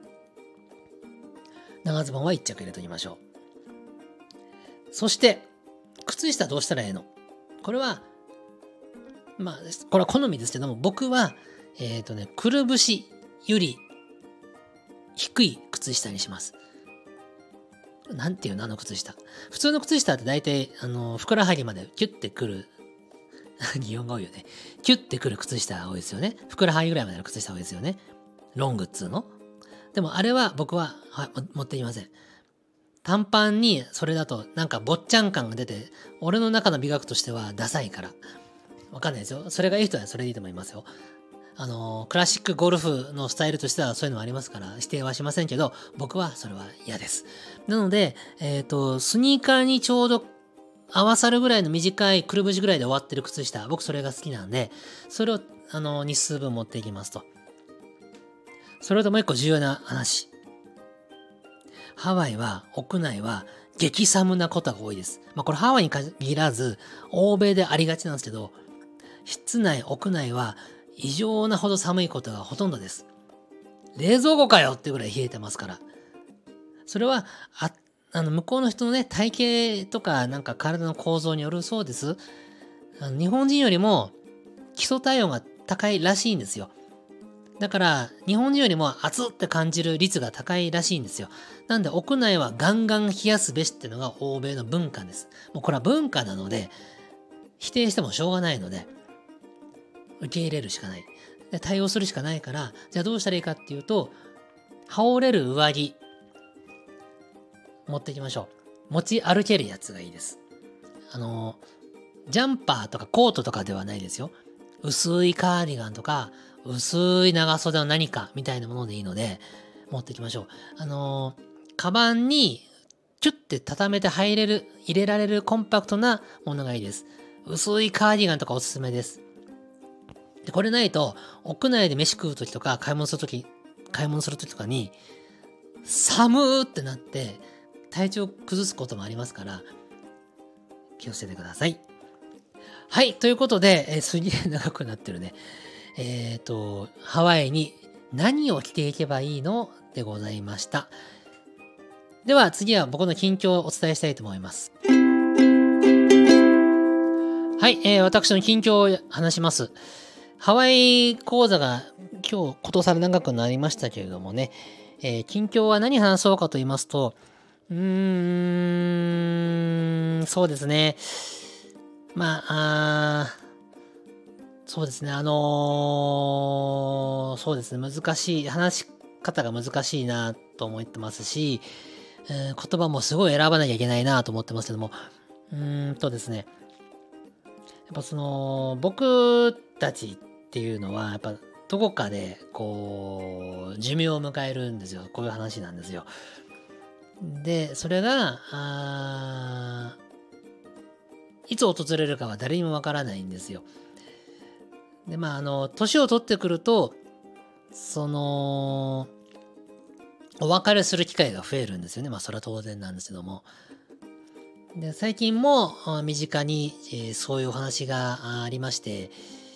長ズボンは一着入れときましょう。そして、靴下どうしたらええの？これは、まあ、これは好みですけども、僕は、えっとね、くるぶしより低い靴下にします。なんていうのあの靴下。普通の靴下って大体、あの、ふくらはぎまでキュッてくる、擬音が多いよね。キュッてくる靴下が多いですよね。ふくらはぎぐらいまでの靴下が多いですよね。ロングっつうの。でもあれは僕は、はい、持っていません。短パンにそれだとなんか坊っちゃん感が出て、俺の中の美学としてはダサいから。わかんないですよ。それがいい人はそれでいいと思いますよ。あの、クラシックゴルフのスタイルとしてはそういうのもありますから、否定はしませんけど、僕はそれは嫌です。なので、えっと、スニーカーにちょうど合わさるぐらいの短いくるぶしぐらいで終わってる靴下、僕それが好きなんで、それを、あの、日数分持っていきますと。 それともう一個重要な話。ハワイは、屋内は激寒なことが多いです。まあこれハワイに限らず、欧米でありがちなんですけど、室内、屋内は異常なほど寒いことがほとんどです。冷蔵庫かよっていうぐらい冷えてますから。それは、あ、あの、向こうの人のね、体型とか、なんか体の構造によるそうです。あの日本人よりも基礎体温が高いらしいんですよ。だから、日本人よりも暑って感じる率が高いらしいんですよ。なんで、屋内はガンガン冷やすべしっていうのが欧米の文化です。もうこれは文化なので、否定してもしょうがないので、受け入れるしかない。で、対応するしかないから、じゃあどうしたらいいかっていうと、羽織れる上着、持っていきましょう。持ち歩けるやつがいいです。あの、ジャンパーとかコートとかではないですよ。薄いカーディガンとか、薄い長袖の何かみたいなものでいいので、持っていきましょう。あの、カバンにキュッて畳めて入れる、入れられるコンパクトなものがいいです。薄いカーディガンとかおすすめです。で、これないと、屋内で飯食うときとか、買い物するとき、買い物するときとかに、寒ーってなって、体調崩すこともありますから、気をつけてください。はい、ということで、えー、すげえ長くなってるね。えっと、ハワイに何を着ていけばいいのでございました。では次は僕の近況をお伝えしたいと思います。はい、えー、私の近況を話します。ハワイ講座が今日、ことさら長くなりましたけれどもね、えー、近況は何話そうかと言いますと、うーん、そうですね。まあ、あそうですね、あのー、そうですね、難しい、話し方が難しいなと思ってますし、えー、言葉もすごい選ばなきゃいけないなと思ってますけども、うーんとですね、やっぱその、僕たちっていうのは、やっぱどこかで、こう、寿命を迎えるんですよ。こういう話なんですよ。で、それが、あいつ訪れるかは誰にもわからないんですよ。で、まあ、あの、年を取ってくると、その、お別れする機会が増えるんですよね。まあ、それは当然なんですけども。で、最近も身近に、えー、そういうお話がありまして、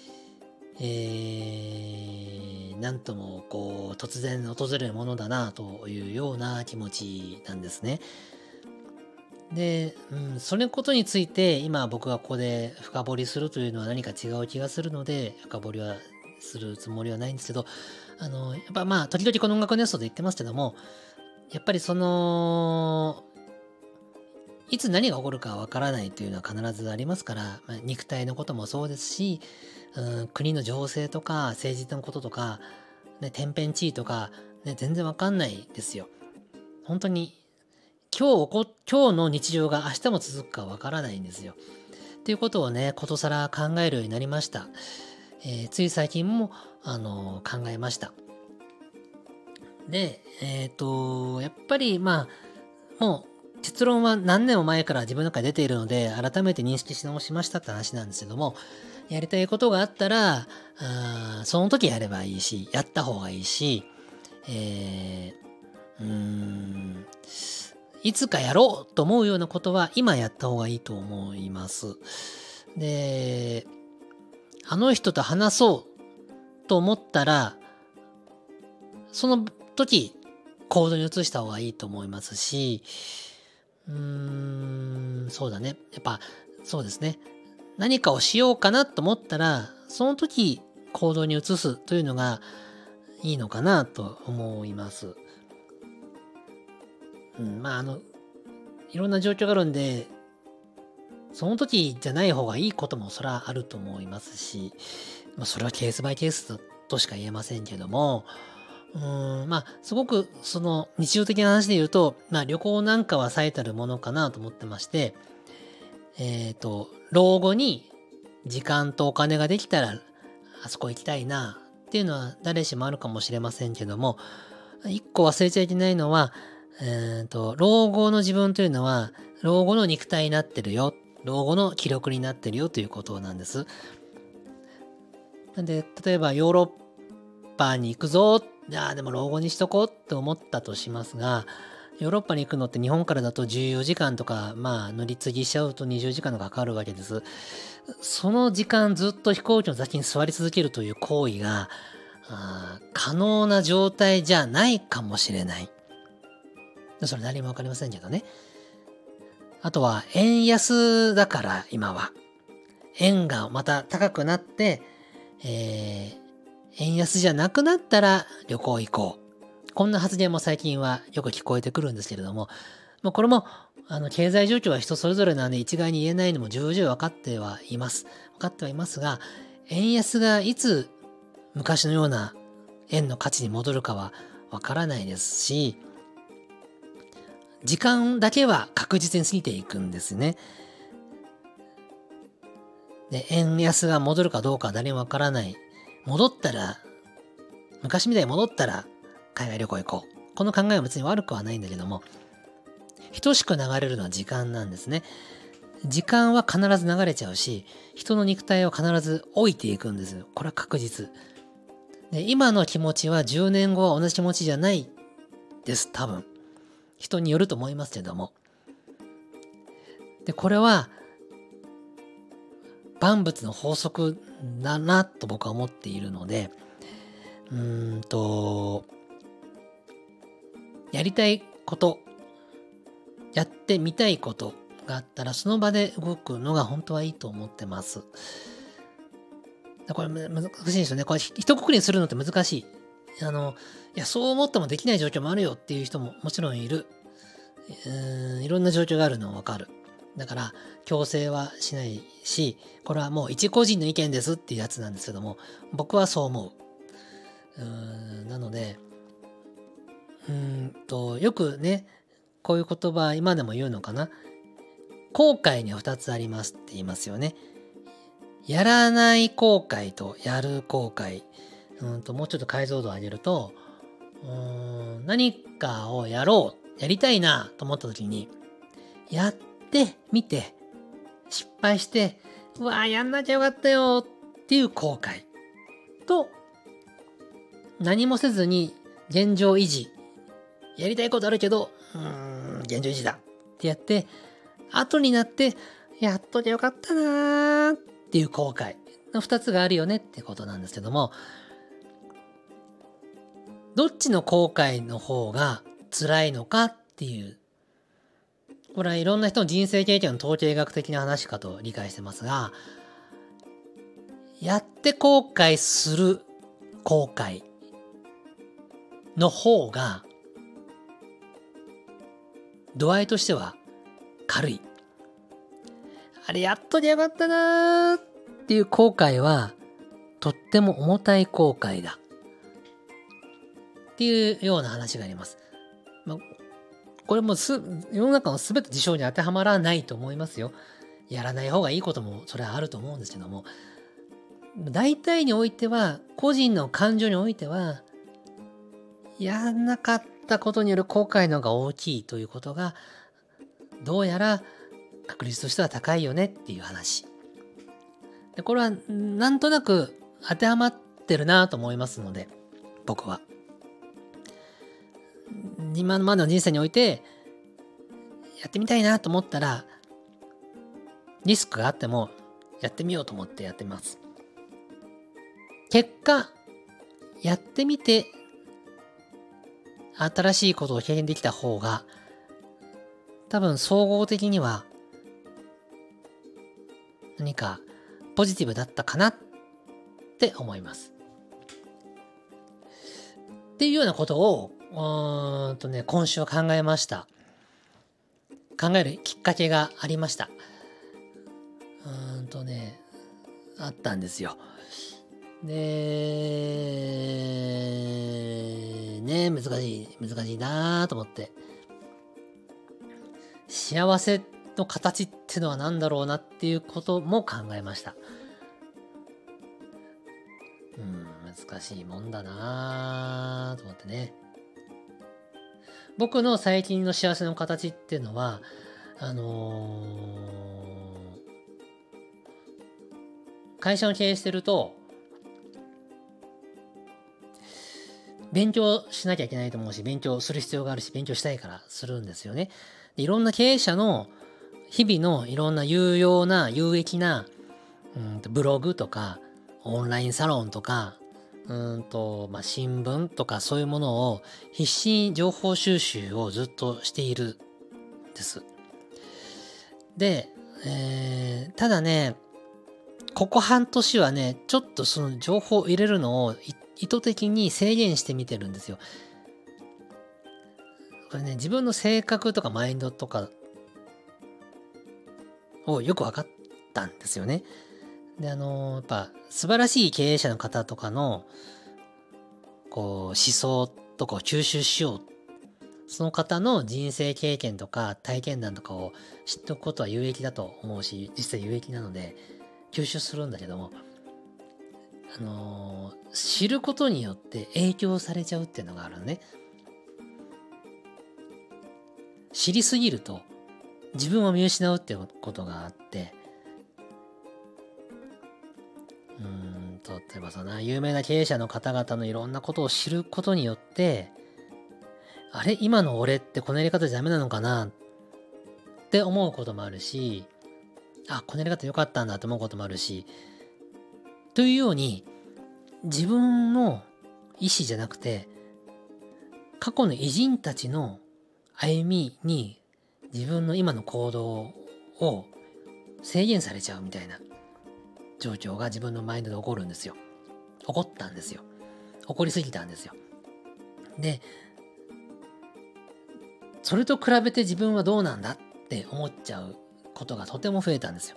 えー、なんともこう突然訪れるものだなというような気持ちなんですね。で、うん、それことについて今僕がここで深掘りするというのは何か違う気がするので深掘りはするつもりはないんですけど、あの、やっぱまあ時々この音楽ネストで言ってますけども、やっぱりその、いつ何が起こるかわからないというのは必ずありますから、まあ、肉体のこともそうですし、うん、国の情勢とか政治のこととか、ね、天変地異とか、ね、全然わかんないですよ。本当に今日起こ、今日の日常が明日も続くかわからないんですよ。っていうことをね、ことさら考えるようになりました。えー、つい最近も、あのー、考えました。で、えっと、やっぱりまあ、もう結論は何年も前から自分の中で出ているので、改めて認識し直しましたって話なんですけども、やりたいことがあったら、あその時やればいいし、やった方がいいし、えー、うーん、いつかやろうと思うようなことは今やった方がいいと思います。で、あの人と話そうと思ったら、その時行動に移した方がいいと思いますし、うーん、そうだね。やっぱ、そうですね。何かをしようかなと思ったら、その時行動に移すというのがいいのかなと思います。うん、まあ、あの、いろんな状況があるんで、その時じゃない方がいいこともそれはあると思いますし、まあ、それはケースバイケースとしか言えませんけども、うーん、まあ、すごくその日常的な話で言うと、まあ旅行なんかは最たるものかなと思ってまして、えっと、老後に時間とお金ができたら、あそこ行きたいなっていうのは誰しもあるかもしれませんけども、一個忘れちゃいけないのは、えっと、老後の自分というのは、老後の肉体になってるよ。老後の記録になってるよということなんです。なんで、例えばヨーロッパに行くぞっじゃあでも老後にしとこうって思ったとしますが、ヨーロッパに行くのって日本からだとじゅうよじかんとか、まあ乗り継ぎしちゃうとにじゅうじかんとかかかるわけです。その時間ずっと飛行機の座席に座り続けるという行為が、あ可能な状態じゃないかもしれない。それ何もわかりませんけどね。あとは円安だから今は。円がまた高くなって、えー円安じゃなくなったら旅行行こう。こんな発言も最近はよく聞こえてくるんですけれども、まあ、これもあの経済状況は人それぞれなんで一概に言えないのも重々分かってはいます。分かってはいますが、円安がいつ昔のような円の価値に戻るかは分からないですし、時間だけは確実に過ぎていくんですね。で、円安が戻るかどうかは誰も分からない。戻ったら、昔みたいに戻ったら海外旅行行こう。この考えは別に悪くはないんだけども、等しく流れるのは時間なんですね。時間は必ず流れちゃうし、人の肉体を必ず老いていくんですよ。これは確実。で、今の気持ちはじゅうねんごは同じ気持ちじゃないです、多分。人によると思いますけども。で、これは、万物の法則だなと僕は思っているので、うーんと、やりたいこと、やってみたいことがあったら、その場で動くのが本当はいいと思ってます。これ難しいですよね。これ一括りにするのって難しい。あの、いや、そう思ってもできない状況もあるよっていう人ももちろんいる。うーんいろんな状況があるのはわかる。だから、強制はしないし、これはもう一個人の意見ですっていうやつなんですけども、僕はそう思う。うーんなので、うーんと、よくね、こういう言葉、今でも言うのかな。後悔には二つありますって言いますよね。やらない後悔とやる後悔。うんと、もうちょっと解像度を上げると、うーん何かをやろう、やりたいなと思った時に、やってみて、失敗して、うわーやんなきゃよかったよっていう後悔と、何もせずに現状維持。やりたいことあるけど、うーん、現状維持だってやって、後になって、やっとでよかったなーっていう後悔の二つがあるよねってことなんですけども、どっちの後悔の方が辛いのかっていう、これはいろんな人の人生経験の統計学的な話かと理解してますが、やって後悔する後悔の方が度合いとしては軽い。あれやっとでよかったなーっていう後悔はとっても重たい後悔だっていうような話があります。まあ、これもす世の中の全て事象に当てはまらないと思いますよ。やらない方がいいこともそれはあると思うんですけども、大体においては個人の感情においてはやらなかったことによる後悔の方が大きいということがどうやら確率としては高いよねっていう話で、これはなんとなく当てはまってるなと思いますので、僕は今までの人生においてやってみたいなと思ったらリスクがあってもやってみようと思ってやってみます。結果やってみて新しいことを経験できた方が多分総合的には何かポジティブだったかなって思います。っていうようなことをうーんとね今週は考えました。考えるきっかけがありました。うーんとねあったんですよ。でね難しい難しいなと思って、幸せの形ってのは何だろうなっていうことも考えました。うん難しいもんだなと思ってね。僕の最近の幸せの形っていうのはあのー会社を経営してると勉強しなきゃいけないと思うし、勉強する必要があるし、勉強したいからするんですよね。でいろんな経営者の日々のいろんな有用な、有益な、うんとブログとか、オンラインサロンとか、うんと、まあ、新聞とかそういうものを必死に情報収集をずっとしているんです。で、えーただね、ここ半年はね、ちょっとその情報を入れるのを意図的に制限してみてるんですよ。これね、自分の性格とかマインドとかをよく分かったんですよね。で、あのーやっぱ素晴らしい経営者の方とかのこう思想とかを吸収しよう。その方の人生経験とか体験談とかを知っておくことは有益だと思うし、実際有益なので吸収するんだけども、あのー知ることによって影響されちゃうっていうのがあるのね。知りすぎると自分を見失うっていうことがあって、うーんと、例えばその有名な経営者の方々のいろんなことを知ることによって、あれ今の俺ってこのやり方じゃダメなのかなって思うこともあるし、あ、このやり方良かったんだと思うこともあるし、というように自分の意思じゃなくて、過去の偉人たちの歩みに自分の今の行動を制限されちゃうみたいな状況が自分のマインドで起こるんですよ。起こったんですよ。起こりすぎたんですよ。で、それと比べて自分はどうなんだって思っちゃうことがとても増えたんですよ。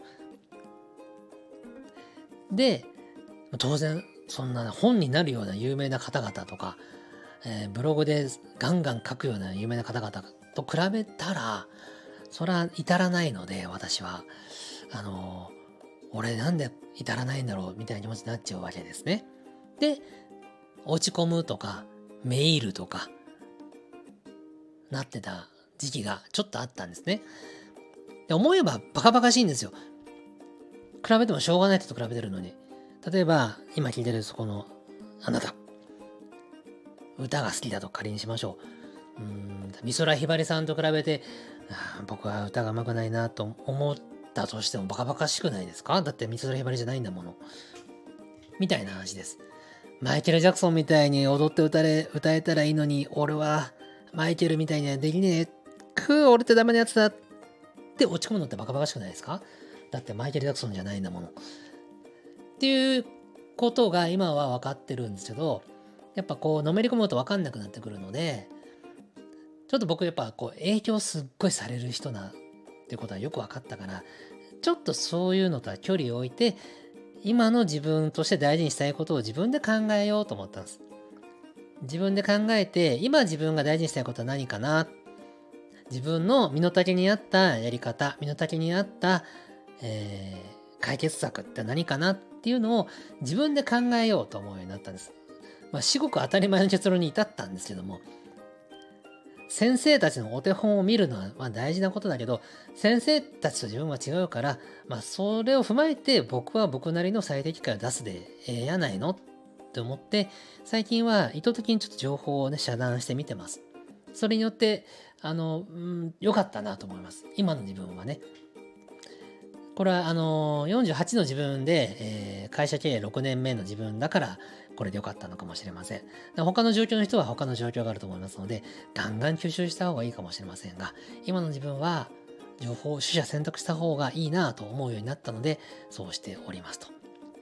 で、当然そんな本になるような有名な方々とか、えーブログでガンガン書くような有名な方々と比べたら、それは至らないので、私は。あのー俺なんで至らないんだろうみたいな気持ちになっちゃうわけですね。で、落ち込むとか、メールとか、なってた時期がちょっとあったんですね。で思えばバカバカしいんですよ。比べてもしょうがない人と比べてるのに。例えば、今聞いてるそこの、あなた。歌が好きだと仮にしましょう。うーん、美空ひばりさんと比べて、あー僕は歌が上手くないなと思ったとしてもバカバカしくないですか？だって美空ひばりじゃないんだもの。みたいな話です。マイケル・ジャクソンみたいに踊って歌れ、歌えたらいいのに、俺はマイケルみたいにはできねえ。くー、俺ってダメなやつだって落ち込むのってバカバカしくないですか？だってマイケル・ジャクソンじゃないんだもの。っていうことが今は分かってるんですけど、やっぱこうのめり込むと分かんなくなってくるので、ちょっと僕やっぱこう影響すっごいされる人なってことはよく分かったから、ちょっとそういうのとは距離を置いて、今の自分として大事にしたいことを自分で考えようと思ったんです。自分で考えて、今自分が大事にしたいことは何かな、自分の身の丈に合ったやり方、身の丈に合った、えー解決策って何かなっていうのを自分で考えようと思うようになったんです。まあ、至極当たり前の結論に至ったんですけども、先生たちのお手本を見るのはまあ大事なことだけど、先生たちと自分は違うから、まあ、それを踏まえて僕は僕なりの最適解を出すでええやないのって思って、最近は意図的にちょっと情報をね遮断してみてます。それによってあの、うん、良かったなと思います。今の自分はね。これはあのよんじゅうはちの自分で、えー会社経営ろくねんめの自分だからこれで良かったのかもしれません。他の状況の人は他の状況があると思いますので、ガンガン吸収した方がいいかもしれませんが、今の自分は情報を取捨選択した方がいいなと思うようになったので、そうしておりますと。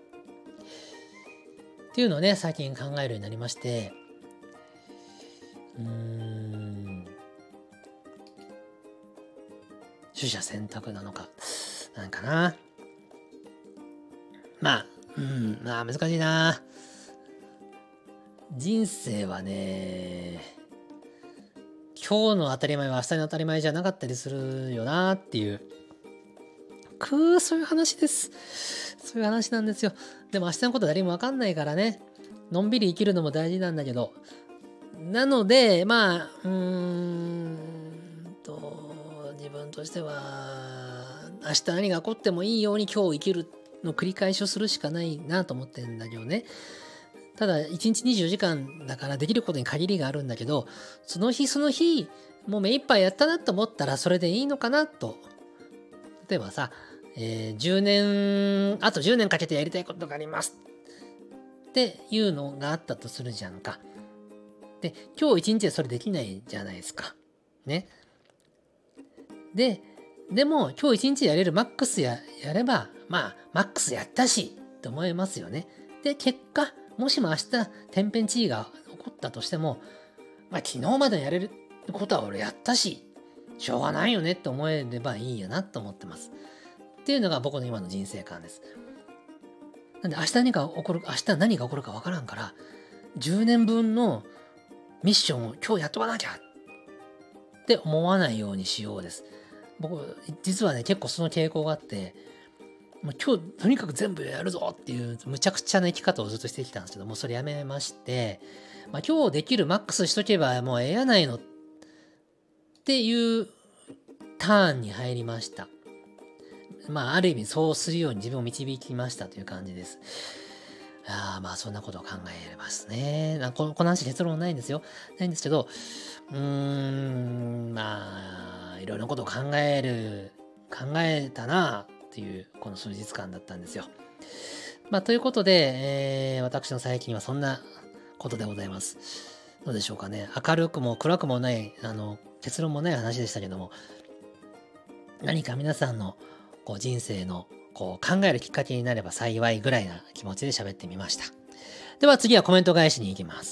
っていうのをね、最近考えるようになりまして、うーん、取捨選択なのか、なんかな。まあ、うん、まあ難しいな。人生はね、今日の当たり前は明日の当たり前じゃなかったりするよなっていう。くー、そういう話です。そういう話なんですよ。でも明日のこと誰もわかんないからね。のんびり生きるのも大事なんだけど。なので、まあ、うーんと、自分としては、明日何が起こってもいいように今日生きるの繰り返しをするしかないなと思ってんだけどね。 ただいちにちにじゅうよじかんだからできることに限りがあるんだけど、その日その日もう目いっぱいやったなと思ったらそれでいいのかなと。例えばさ、えー、じゅうねんあとじゅうねんかけてやりたいことがありますっていうのがあったとするじゃんか。で今日一日でそれできないじゃないですかね。ででも今日一日やれるマックスややればまあマックスやったしと思いますよね。で結果もしも明日天変地異が起こったとしても、まあ昨日までやれることは俺やったししょうがないよねって思えればいいよなと思ってますっていうのが僕の今の人生観です。なんで明日何が起こる明日何が起こるかわからんからじゅうねんぶんのミッションを今日やっとかなきゃって思わないようにしようです。僕実はね結構その傾向があって、もう今日とにかく全部やるぞっていうむちゃくちゃな生き方をずっとしてきたんですけども、それやめまして、まあ、今日できるマックスしとけばもうええやないのっていうターンに入りました。まあある意味そうするように自分を導きましたという感じです。あまあそんなことを考えますね。このこの話結論ないんですよ。ないんですけど、うーんまあいろいろなことを考える考えたなっていうこの数日間だったんですよ。まあということで、えー、私の最近はそんなことでございます。どうでしょうかね。明るくも暗くもないあの結論もない話でしたけども、何か皆さんのこう人生のこう考えるきっかけになれば幸いぐらいな気持ちで喋ってみました。では次はコメント返しに行きます。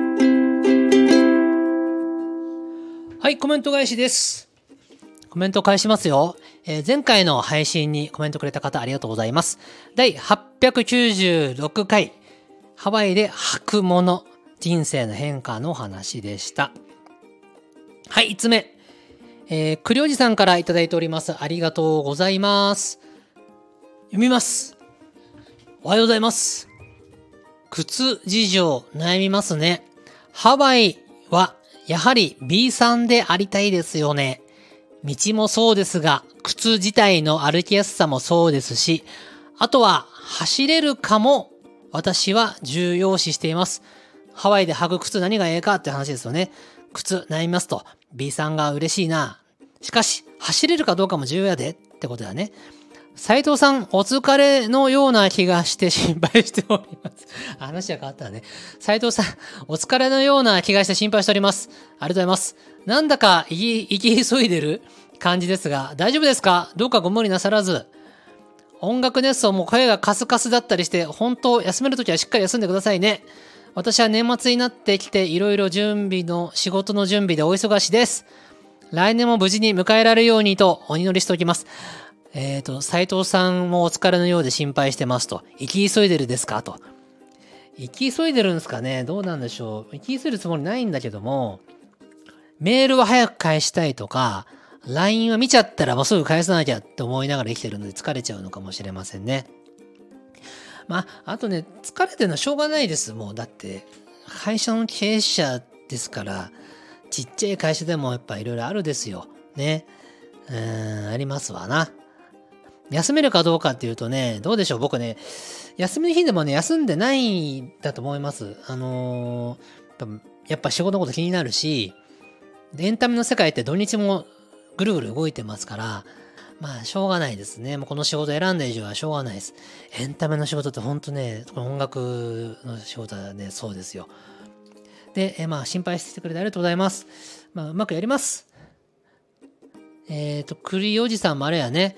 はい、コメント返しです。コメント返しますよ。えー、前回の配信にコメントくれた方ありがとうございます。だいはっぴゃくきゅうじゅうろっかいハワイで履くもの人生の変化の話でした。はい、いつつめ。えー、栗おじさんからいただいております。ありがとうございます。読みます。おはようございます。靴事情悩みますね。ハワイはやはり ビーさん でありたいですよね。道もそうですが、靴自体の歩きやすさもそうですし、あとは走れるかも私は重要視しています。ハワイで履く靴何がええかって話ですよね。靴悩みますと ビーさん が嬉しいな。しかし走れるかどうかも重要やでってことだね。斉藤さんお疲れのような気がして心配しております。話が変わったらね。斉藤さんお疲れのような気がして心配しております。ありがとうございます。なんだか生き急いでる感じですが大丈夫ですか？どうかご無理なさらず。音楽熱奏も声がカスカスだったりして本当休めるときはしっかり休んでくださいね。私は年末になってきていろいろ準備の仕事の準備でお忙しいです。来年も無事に迎えられるようにとお祈りしておきます。えっと、斉藤さんもお疲れのようで心配してますと。生き急いでるですかと。生き急いでるんですかね？どうなんでしょう。生き急いでるつもりないんだけども、メールは早く返したいとか、ライン は見ちゃったらもうすぐ返さなきゃって思いながら生きてるので疲れちゃうのかもしれませんね。まあ、あとね、疲れてるのはしょうがないです。もうだって、会社の経営者ですから、ちっちゃい会社でもやっぱいろいろあるですよ。ね。うーん、ありますわな。休めるかどうかっていうとね、どうでしょう。僕ね、休みの日でもね、休んでないんだと思います。あのー、やっぱ仕事のこと気になるし、エンタメの世界って土日もぐるぐる動いてますから、まあ、しょうがないですね。もうこの仕事選んだ以上はしょうがないです。エンタメの仕事ってほんとね、この音楽の仕事はね、そうですよ。で、えまあ、心配してくれてありがとうございます。まあ、うまくやります。えっと、栗おじさんもあれやね、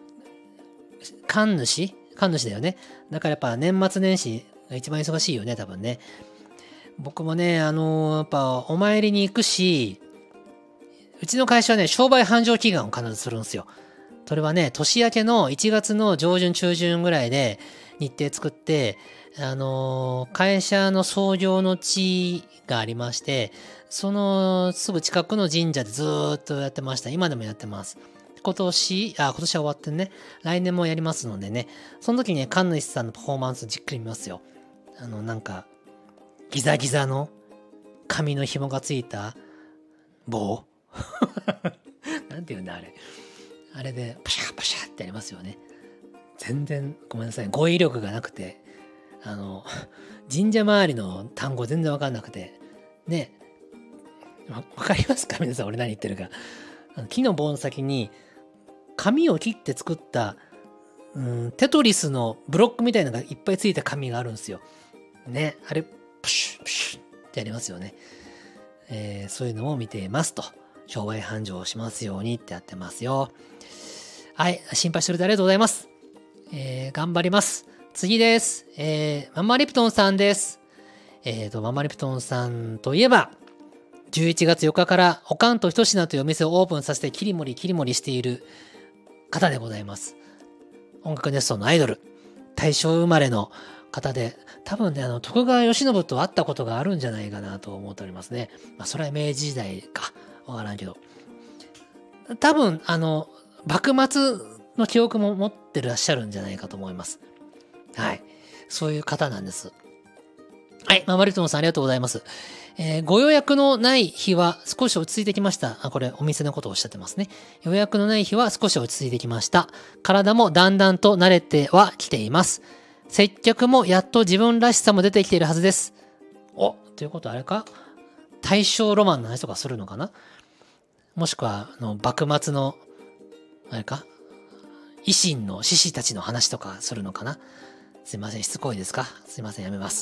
神主神主だよね。だからやっぱ年末年始が一番忙しいよね、多分ね。僕もね、あのー、やっぱお参りに行くし、うちの会社はね、商売繁盛祈願を必ずするんですよ。それはね、年明けのいちがつの上旬中旬ぐらいで日程作って、あのー、会社の創業の地がありまして、そのすぐ近くの神社でずーっとやってました。今でもやってます。今年、あ、今年は終わってね、来年もやりますのでね、その時にね、神主さんのパフォーマンスじっくり見ますよ。あの、なんか、ギザギザの紙の紐がついた棒なんていうんだあれ。あれでパシャパシャってやりますよね。全然ごめんなさい。語彙力がなくて、 あの、神社周りの単語全然わかんなくて、ね、わかりますか皆さん、俺何言ってるか。木の棒の先に紙を切って作った、うん、テトリスのブロックみたいなのがいっぱいついた紙があるんですよ。ね、あれ、プシュプシュってやりますよね。えー、そういうのも見ていますと。商売繁盛しますようにってやってますよ。はい、心配してくれてありがとうございます。えー、頑張ります。次です。えー、ママリプトンさんです。えーと、ママリプトンさんといえば、じゅういちがつよっかからおかんとひとしなというお店をオープンさせて切り盛り切り盛りしている方でございます。音楽熱奏のアイドル、大正生まれの方で、多分ね、あの、徳川慶喜と会ったことがあるんじゃないかなと思っておりますね。まあ、それは明治時代か、わからんけど。多分、あの、幕末の記憶も持ってらっしゃるんじゃないかと思います。はい。そういう方なんです。はい。ママリトンさんありがとうございます。えー、ご予約のない日は少し落ち着いてきました。あ、これお店のことをおっしゃってますね。予約のない日は少し落ち着いてきました。体もだんだんと慣れてはきています。接客もやっと自分らしさも出てきているはずです。お、ということはあれか大正ロマンの話とかするのかな、もしくは、あの、幕末の、あれか維新の志士たちの話とかするのかな。すいません、しつこいですか？すいません、やめます。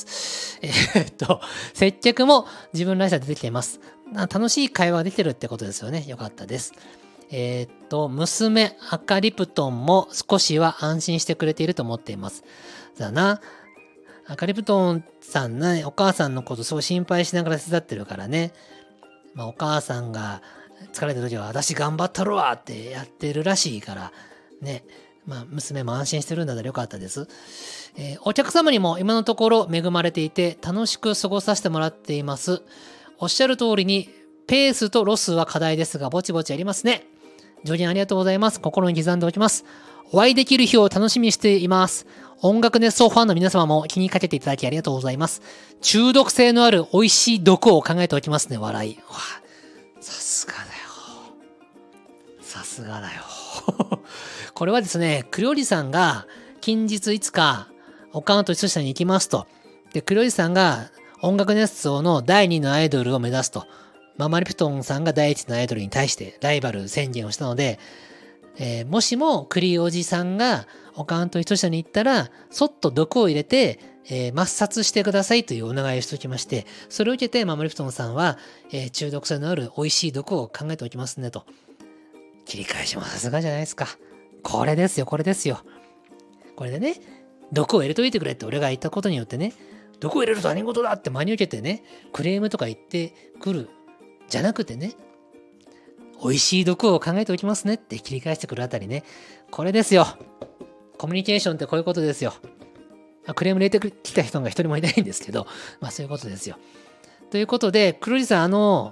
えー、っと、接客も自分らしさ出てきています。楽しい会話ができてるってことですよね。よかったです。えー、っと、娘、赤リプトンも少しは安心してくれていると思っています。だな。赤リプトンさんね、お母さんのことすごい心配しながら手伝ってるからね。まあ、お母さんが疲れた時は私頑張ったろわってやってるらしいから、ね。まあ、娘も安心してるんだったらよかったです。えー、お客様にも今のところ恵まれていて楽しく過ごさせてもらっています。おっしゃる通りにペースとロスは課題ですがぼちぼちやりますね。助言ありがとうございます。心に刻んでおきます。お会いできる日を楽しみにしています。音楽熱奏ファンの皆様も気にかけていただきありがとうございます。中毒性のある美味しい毒を考えておきますね。笑い。わさすがだよ。さすがだよ。これはですね、クリオリさんが近日いつかおかんと一緒に行きますと。で、クリオリさんが音楽熱奏のだいにのアイドルを目指すと。ママリプトンさんがだいいちのアイドルに対してライバル宣言をしたので、えー、もしもクリおじさんがおかんと一緒に行ったら、そっと毒を入れて、えー、抹殺してくださいというお願いをしておきまして、それを受けてママリプトンさんは、えー、中毒性のある美味しい毒を考えておきますねと。切り返しもさすがじゃないですか。これですよ、これですよ。これでね、毒を入れといてくれって俺が言ったことによってね、毒を入れると他人事だって真に受けてね、クレームとか言ってくる。じゃなくてね、美味しい毒を考えておきますねって切り返してくるあたりね、これですよ。コミュニケーションってこういうことですよ。クレーム入れてきた人が一人もいないんですけど、まあそういうことですよ。ということで、クロリさん、あの、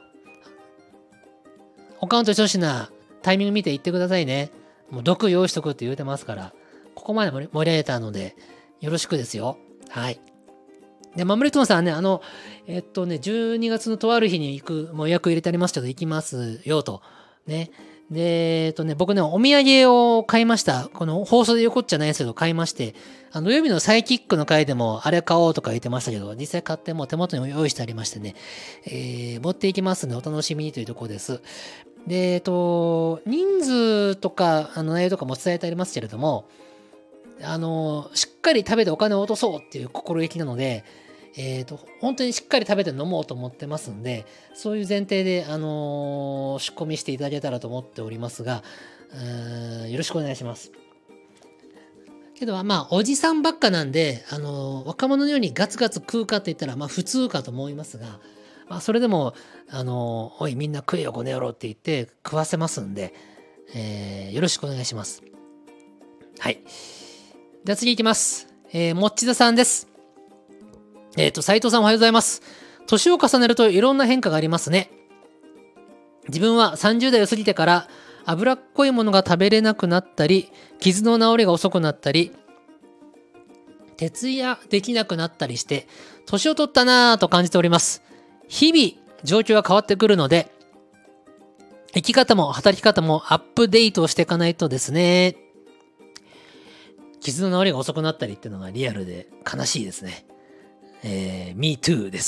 おかんと一緒なタイミング見て言ってくださいね。もう毒用意しとくって言うてますから、ここまで盛り上げたので、よろしくですよ。はい。で、マムレトンさんね、あの、えっとね、じゅうにがつのとある日に行く、もう予約入れてありますけど、行きますよと。ね。で、えっとね、僕ね、お土産を買いました。この放送で横っちゃないですけど、買いまして、あの、土曜日のサイキックの回でも、あれ買おうとか言ってましたけど、実際買ってもう手元に用意してありましてね、えー、持っていきますので、お楽しみにというところです。で、えっと、人数とか、あの、内容とかも伝えてありますけれども、あの、しっかり食べてお金を落とそうっていう心意気なので、えっと、本当にしっかり食べて飲もうと思ってますんで、そういう前提で、あのー、仕込みしていただけたらと思っておりますが、よろしくお願いします。けど、まあ、おじさんばっかなんで、あのー、若者のようにガツガツ食うかって言ったら、まあ、普通かと思いますが、まあ、それでも、あのー、おい、みんな食えよ、この野郎って言って食わせますんで、えー、よろしくお願いします。はい。じゃあ次行きます。えー、もっちださんです。えっと、斉藤さんおはようございます。年を重ねるといろんな変化がありますね。自分はさんじゅう代を過ぎてから脂っこいものが食べれなくなったり、傷の治りが遅くなったり、徹夜できなくなったりして、年を取ったなぁと感じております。日々、状況が変わってくるので、生き方も働き方もアップデートしていかないとですね。 傷の治りが遅くなったりっていうのがリアルで悲しいですね。えー、Me too です。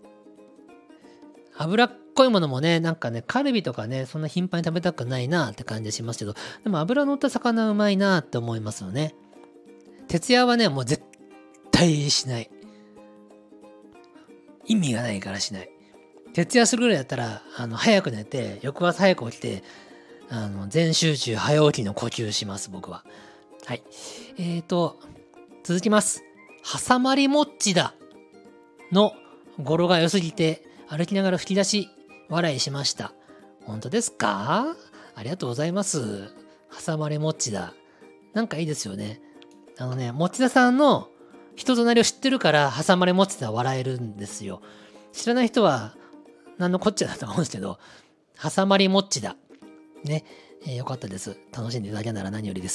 脂っこいものもね、なんかね、カルビとかね、そんな頻繁に食べたくないなって感じがしますけど、でも脂乗った魚うまいなって思いますよね。徹夜はね、もう絶対しない。意味がないからしない。徹夜するぐらいだったら、あの、早く寝て、翌朝早く起きて、あの、全集中早起きの呼吸します、僕は。はい。えーと、続きます。挟まりもっちだの語呂が良すぎて、歩きながら吹き出し笑いしました。本当ですか？ありがとうございます。挟まりもっちだ。なんかいいですよね。あのね、もっちださんの人となりを知ってるから、挟まりもっちだ笑えるんですよ。知らない人は、何のこっちゃだと思うんですけど、挟まりもっちだ。ね、えー、よかったです。楽しんでいただけなら何よりです。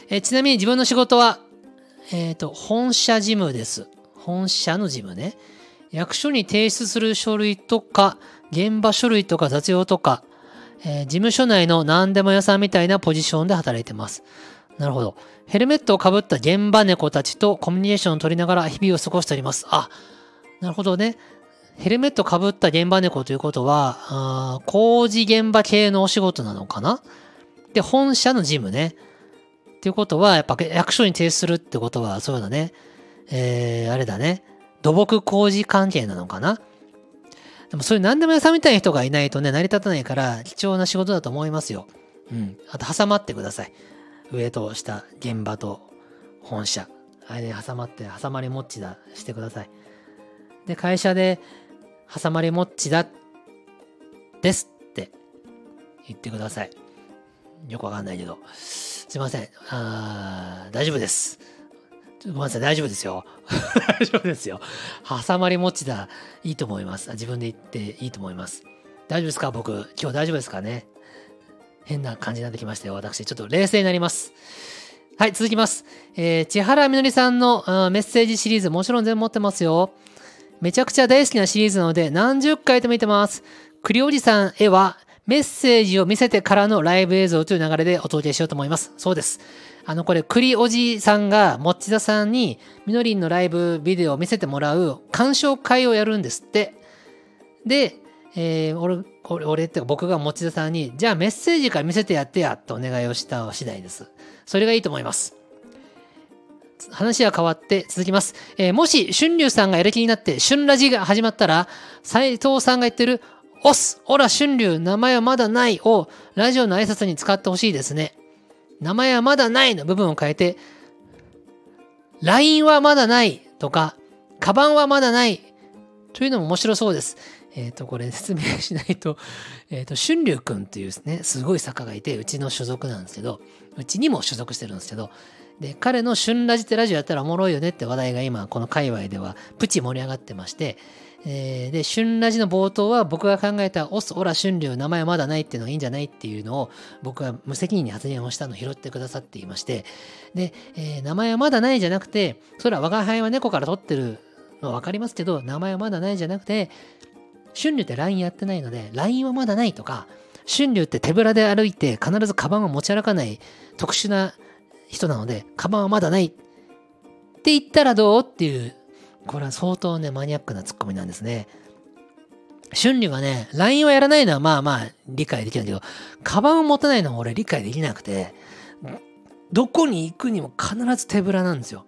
えー、ちなみに自分の仕事は、えっと、本社事務です。本社の事務ね。役所に提出する書類とか、現場書類とか雑用とか、えー、事務所内の何でも屋さんみたいなポジションで働いてます。なるほど。ヘルメットをかぶった現場猫たちとコミュニケーションを取りながら日々を過ごしております。あ、なるほどね。ヘルメットかぶった現場猫ということは、あ工事現場系のお仕事なのかな？で、本社の事務ね。っていうことは、やっぱ役所に提出するってことは、そうだね。えー、あれだね。土木工事関係なのかな？でもそういう何でも屋さんみたいな人がいないとね、成り立たないから貴重な仕事だと思いますよ。うん。あと挟まってください。上と下、現場と本社。間に挟まって、挟まりもっちだしてください。で、会社で挟まりもっちだですって言ってください。よくわかんないけど。すいません。あー、大丈夫です。ごめんなさい、大丈夫ですよ。大丈夫ですよ。挟まりもっちだ。いいと思います。自分で言っていいと思います。大丈夫ですか？僕、今日大丈夫ですかね？変な感じになってきましたよ。私、ちょっと冷静になります。はい、続きます。えー、千原みのりさんのメッセージシリーズ、もちろん全部持ってますよ。めちゃくちゃ大好きなシリーズなので、何十回と見てます。栗おじさんへは、メッセージを見せてからのライブ映像という流れでお届けしようと思います。そうです。あの、これ、栗おじさんが、もっちださんに、みのりんのライブビデオを見せてもらう鑑賞会をやるんですって。で、えー、俺、俺、俺ってか僕がもっちださんに、じゃあメッセージから見せてやってや、とお願いをした次第です。それがいいと思います。話は変わって続きます。えー、もし、春龍さんがやる気になって、春ラジが始まったら、斉藤さんが言ってる、おす、おら、春龍、名前はまだないを、ラジオの挨拶に使ってほしいですね。名前はまだないの部分を変えて、ライン はまだないとか、カバンはまだないというのも面白そうです。えっと、これ説明しないと、えっと、春龍くんっていうね、すごい作家がいて、うちの所属なんですけど、うちにも所属してるんですけど、で、彼の春ラジってラジオやったらおもろいよねって話題が今、この界隈ではプチ盛り上がってまして、えー、で、春ラジの冒頭は僕が考えたオス、オラ、春龍、名前まだないっていうのがいいんじゃないっていうのを僕は無責任に発言をしたのを拾ってくださっていまして、で、えー、名前はまだないじゃなくて、それは我が輩は猫から取ってるのはわかりますけど、名前はまだないじゃなくて、春龍って ライン やってないので、ライン はまだないとか、春龍って手ぶらで歩いて必ずカバンを持ち歩かない特殊な人なので、カバンはまだないって言ったらどうっていう、これは相当ね、マニアックなツッコミなんですね。春龍がね、ライン をやらないのはまあまあ理解できるんだけど、カバンを持たないのも俺理解できなくて、どこに行くにも必ず手ぶらなんですよ。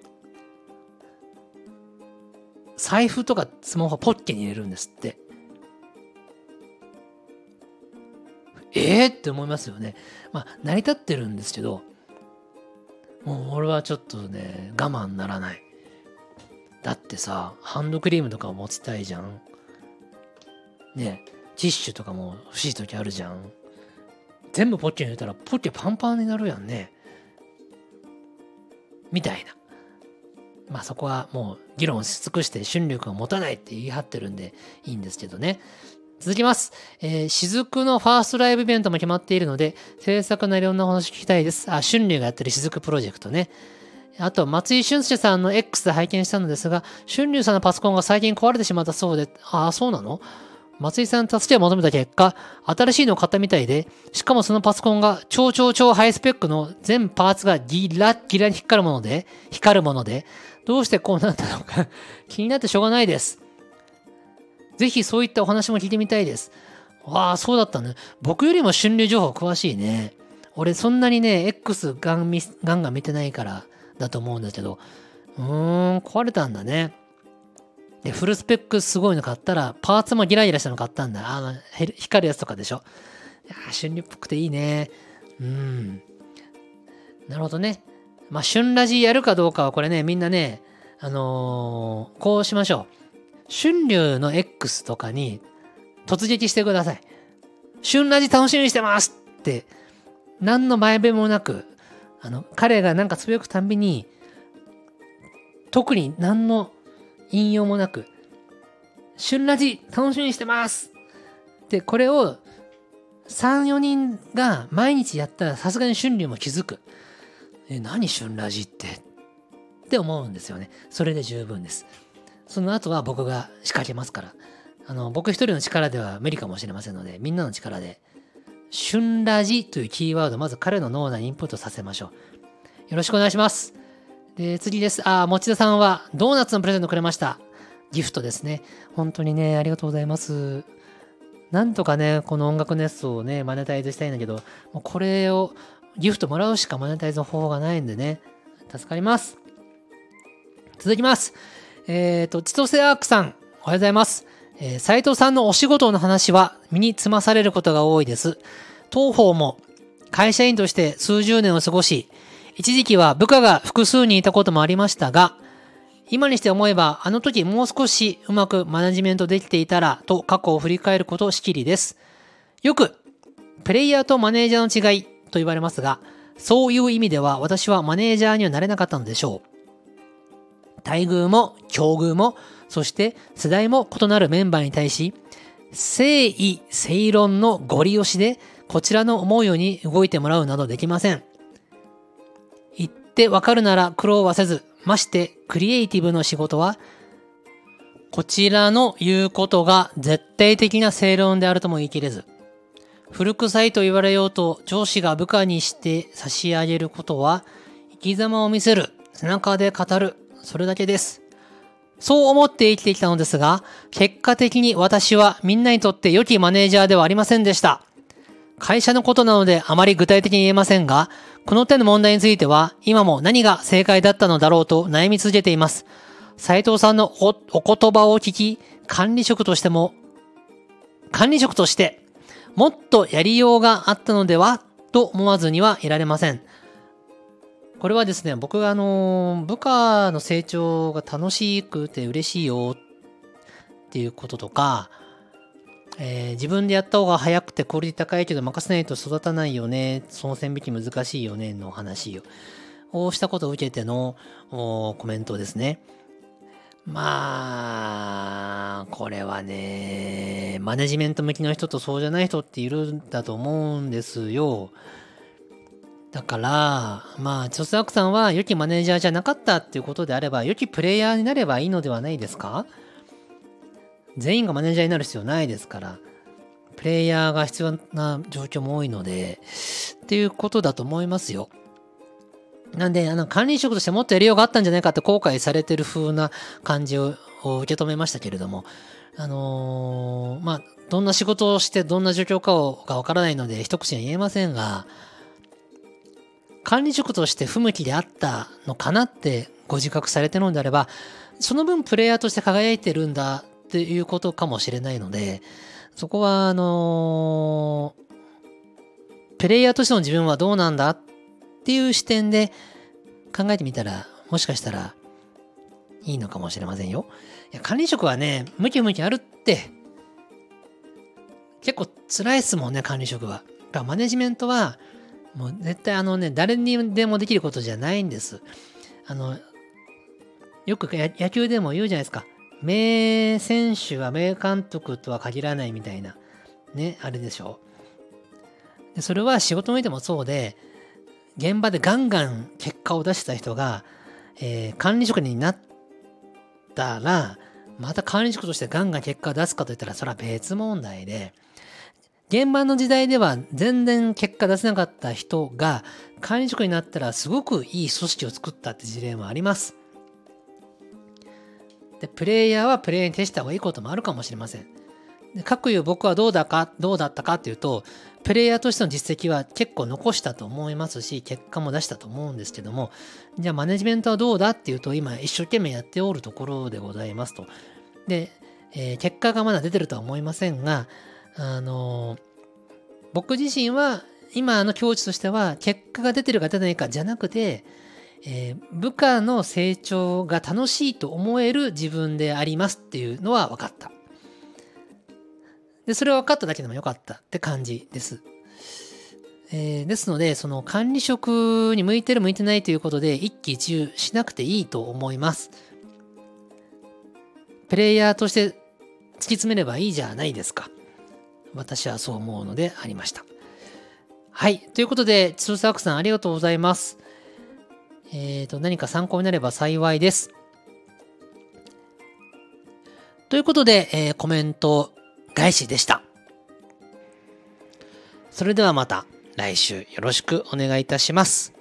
財布とかスマホポッケに入れるんですって。えーって思いますよね。まあ、成り立ってるんですけど、もう俺はちょっとね、我慢ならない。だってさ、ハンドクリームとかを持ちたいじゃん。ね、ティッシュとかも欲しい時あるじゃん。全部ポッケに入れたらポッケパンパンになるやんね。みたいな。まあそこはもう議論し尽くして春龍君は持たないって言い張ってるんでいいんですけどね。続きます。えー、雫のファーストライブイベントも決まっているので、制作のいろんなお話聞きたいです。あ、春龍がやってる雫プロジェクトね。あと、松井俊介さんの X で拝見したのですが、春龍さんのパソコンが最近壊れてしまったそうで、ああ、そうなの？ 松井さん助けを求めた結果、新しいのを買ったみたいで、しかもそのパソコンが超超超ハイスペックの全パーツがギラッギラに光るもので、光るもので、どうしてこうなったのか気になってしょうがないです。ぜひそういったお話も聞いてみたいです。わあ、そうだったね。僕よりも春流情報詳しいね。俺そんなにね、X ガン見ガンガン見てないからだと思うんだけど、うーん、壊れたんだね。で、フルスペックすごいの買ったら、パーツもギラギラしたの買ったんだ。あの、光るやつとかでしょ。いやー、春流っぽくていいね。うん。なるほどね。まあ、春ラジやるかどうかはこれね、みんなね、あのー、こうしましょう。春流の X とかに突撃してください。春ラジ楽しみにしてますって、何の前触れもなく、あの、彼がなんかつぶやくたんびに、特に何の引用もなく、春ラジ楽しみにしてますで、これをさん、よにんが毎日やったらさすがに春流も気づく。え、何春ラジってって思うんですよね。それで十分です。その後は僕が仕掛けますから。あの、僕一人の力では無理かもしれませんので、みんなの力で、春ラジというキーワードをまず彼の脳内にインプットさせましょう。よろしくお願いします。で、次です。あ、持田さんはドーナツのプレゼントくれました。ギフトですね。本当にね、ありがとうございます。なんとかね、この音楽ネストをね、マネタイズしたいんだけど、もうこれをギフトもらうしかマネタイズの方法がないんでね、助かります。続きます。えっと、千歳アークさん、おはようございます。えー、斉藤さんのお仕事の話は身につまされることが多いです。当方も会社員として数十年を過ごし、一時期は部下が複数人いたこともありましたが、今にして思えばあの時もう少しうまくマネジメントできていたらと過去を振り返ることしきりです。よくプレイヤーとマネージャーの違いと言われますが、そういう意味では私はマネージャーにはなれなかったのでしょう。待遇も境遇も、そして世代も異なるメンバーに対し、誠意正論のゴリ押しでこちらの思うように動いてもらうなどできません。言ってわかるなら苦労はせず、ましてクリエイティブの仕事はこちらの言うことが絶対的な正論であるとも言い切れず、古臭いと言われようと上司が部下にして差し上げることは生き様を見せる、背中で語る、それだけです。そう思って生きてきたのですが、結果的に私はみんなにとって良きマネージャーではありませんでした。会社のことなのであまり具体的に言えませんが、この点の問題については今も何が正解だったのだろうと悩み続けています。斉藤さんの お, お言葉を聞き、管理職としても、管理職としてもっとやりようがあったのではと思わずにはいられません。これはですね、僕があの、部下の成長が楽しくて嬉しいよっていうこととか、えー、自分でやった方が早くてクオリティ高いけど任せないと育たないよね、その線引き難しいよねの話をしたことを受けてのコメントですね。まあ、これはね、マネジメント向きの人とそうじゃない人っているんだと思うんですよ。だから、まあ、チョスアクさんは良きマネージャーじゃなかったっていうことであれば、良きプレイヤーになればいいのではないですか？全員がマネージャーになる必要ないですから、プレイヤーが必要な状況も多いので、っていうことだと思いますよ。なんで、あの、管理職としてもっとやりようがあったんじゃないかって後悔されてる風な感じを受け止めましたけれども、あのー、まあ、どんな仕事をしてどんな状況かがわからないので一口には言えませんが、管理職として不向きであったのかなってご自覚されてるのであれば、その分プレイヤーとして輝いてるんだっていうことかもしれないので、そこはあのー、プレイヤーとしての自分はどうなんだっていう視点で考えてみたら、もしかしたらいいのかもしれませんよ。いや、管理職はね、向き不向きあるって結構辛いっすもんね、管理職は。だからマネジメントはもう絶対あのね、誰にでもできることじゃないんです。あの、よく野球でも言うじゃないですか。名選手は名監督とは限らないみたいな。ね、あれでしょ。でそれは仕事においてもそうで、現場でガンガン結果を出した人が、えー、管理職になったら、 また管理職としてガンガン結果を出すかといったらそれは別問題で、現場の時代では全然結果出せなかった人が管理職になったらすごくいい組織を作ったって事例もあります。で、プレイヤーはプレイヤーに徹した方がいいこともあるかもしれません。で、かくいう僕はどうだか、どうだったかっていうと、プレイヤーとしての実績は結構残したと思いますし、結果も出したと思うんですけども、じゃあマネジメントはどうだっていうと、今一生懸命やっておるところでございますと。で、えー結果がまだ出てるとは思いませんが、あのー僕自身は今の境地としては結果が出てるか出てないかじゃなくて、えー部下の成長が楽しいと思える自分でありますっていうのは分かった。で、それは分かっただけでもよかったって感じです。えーですので、その管理職に向いてる向いてないということで一喜一憂しなくていいと思います。プレイヤーとして突き詰めればいいじゃないですか。私はそう思うのでありました。はい。ということで、ツーサークさんありがとうございます。えっと、何か参考になれば幸いです。ということで、えーコメント返しでした。それではまた来週よろしくお願いいたします。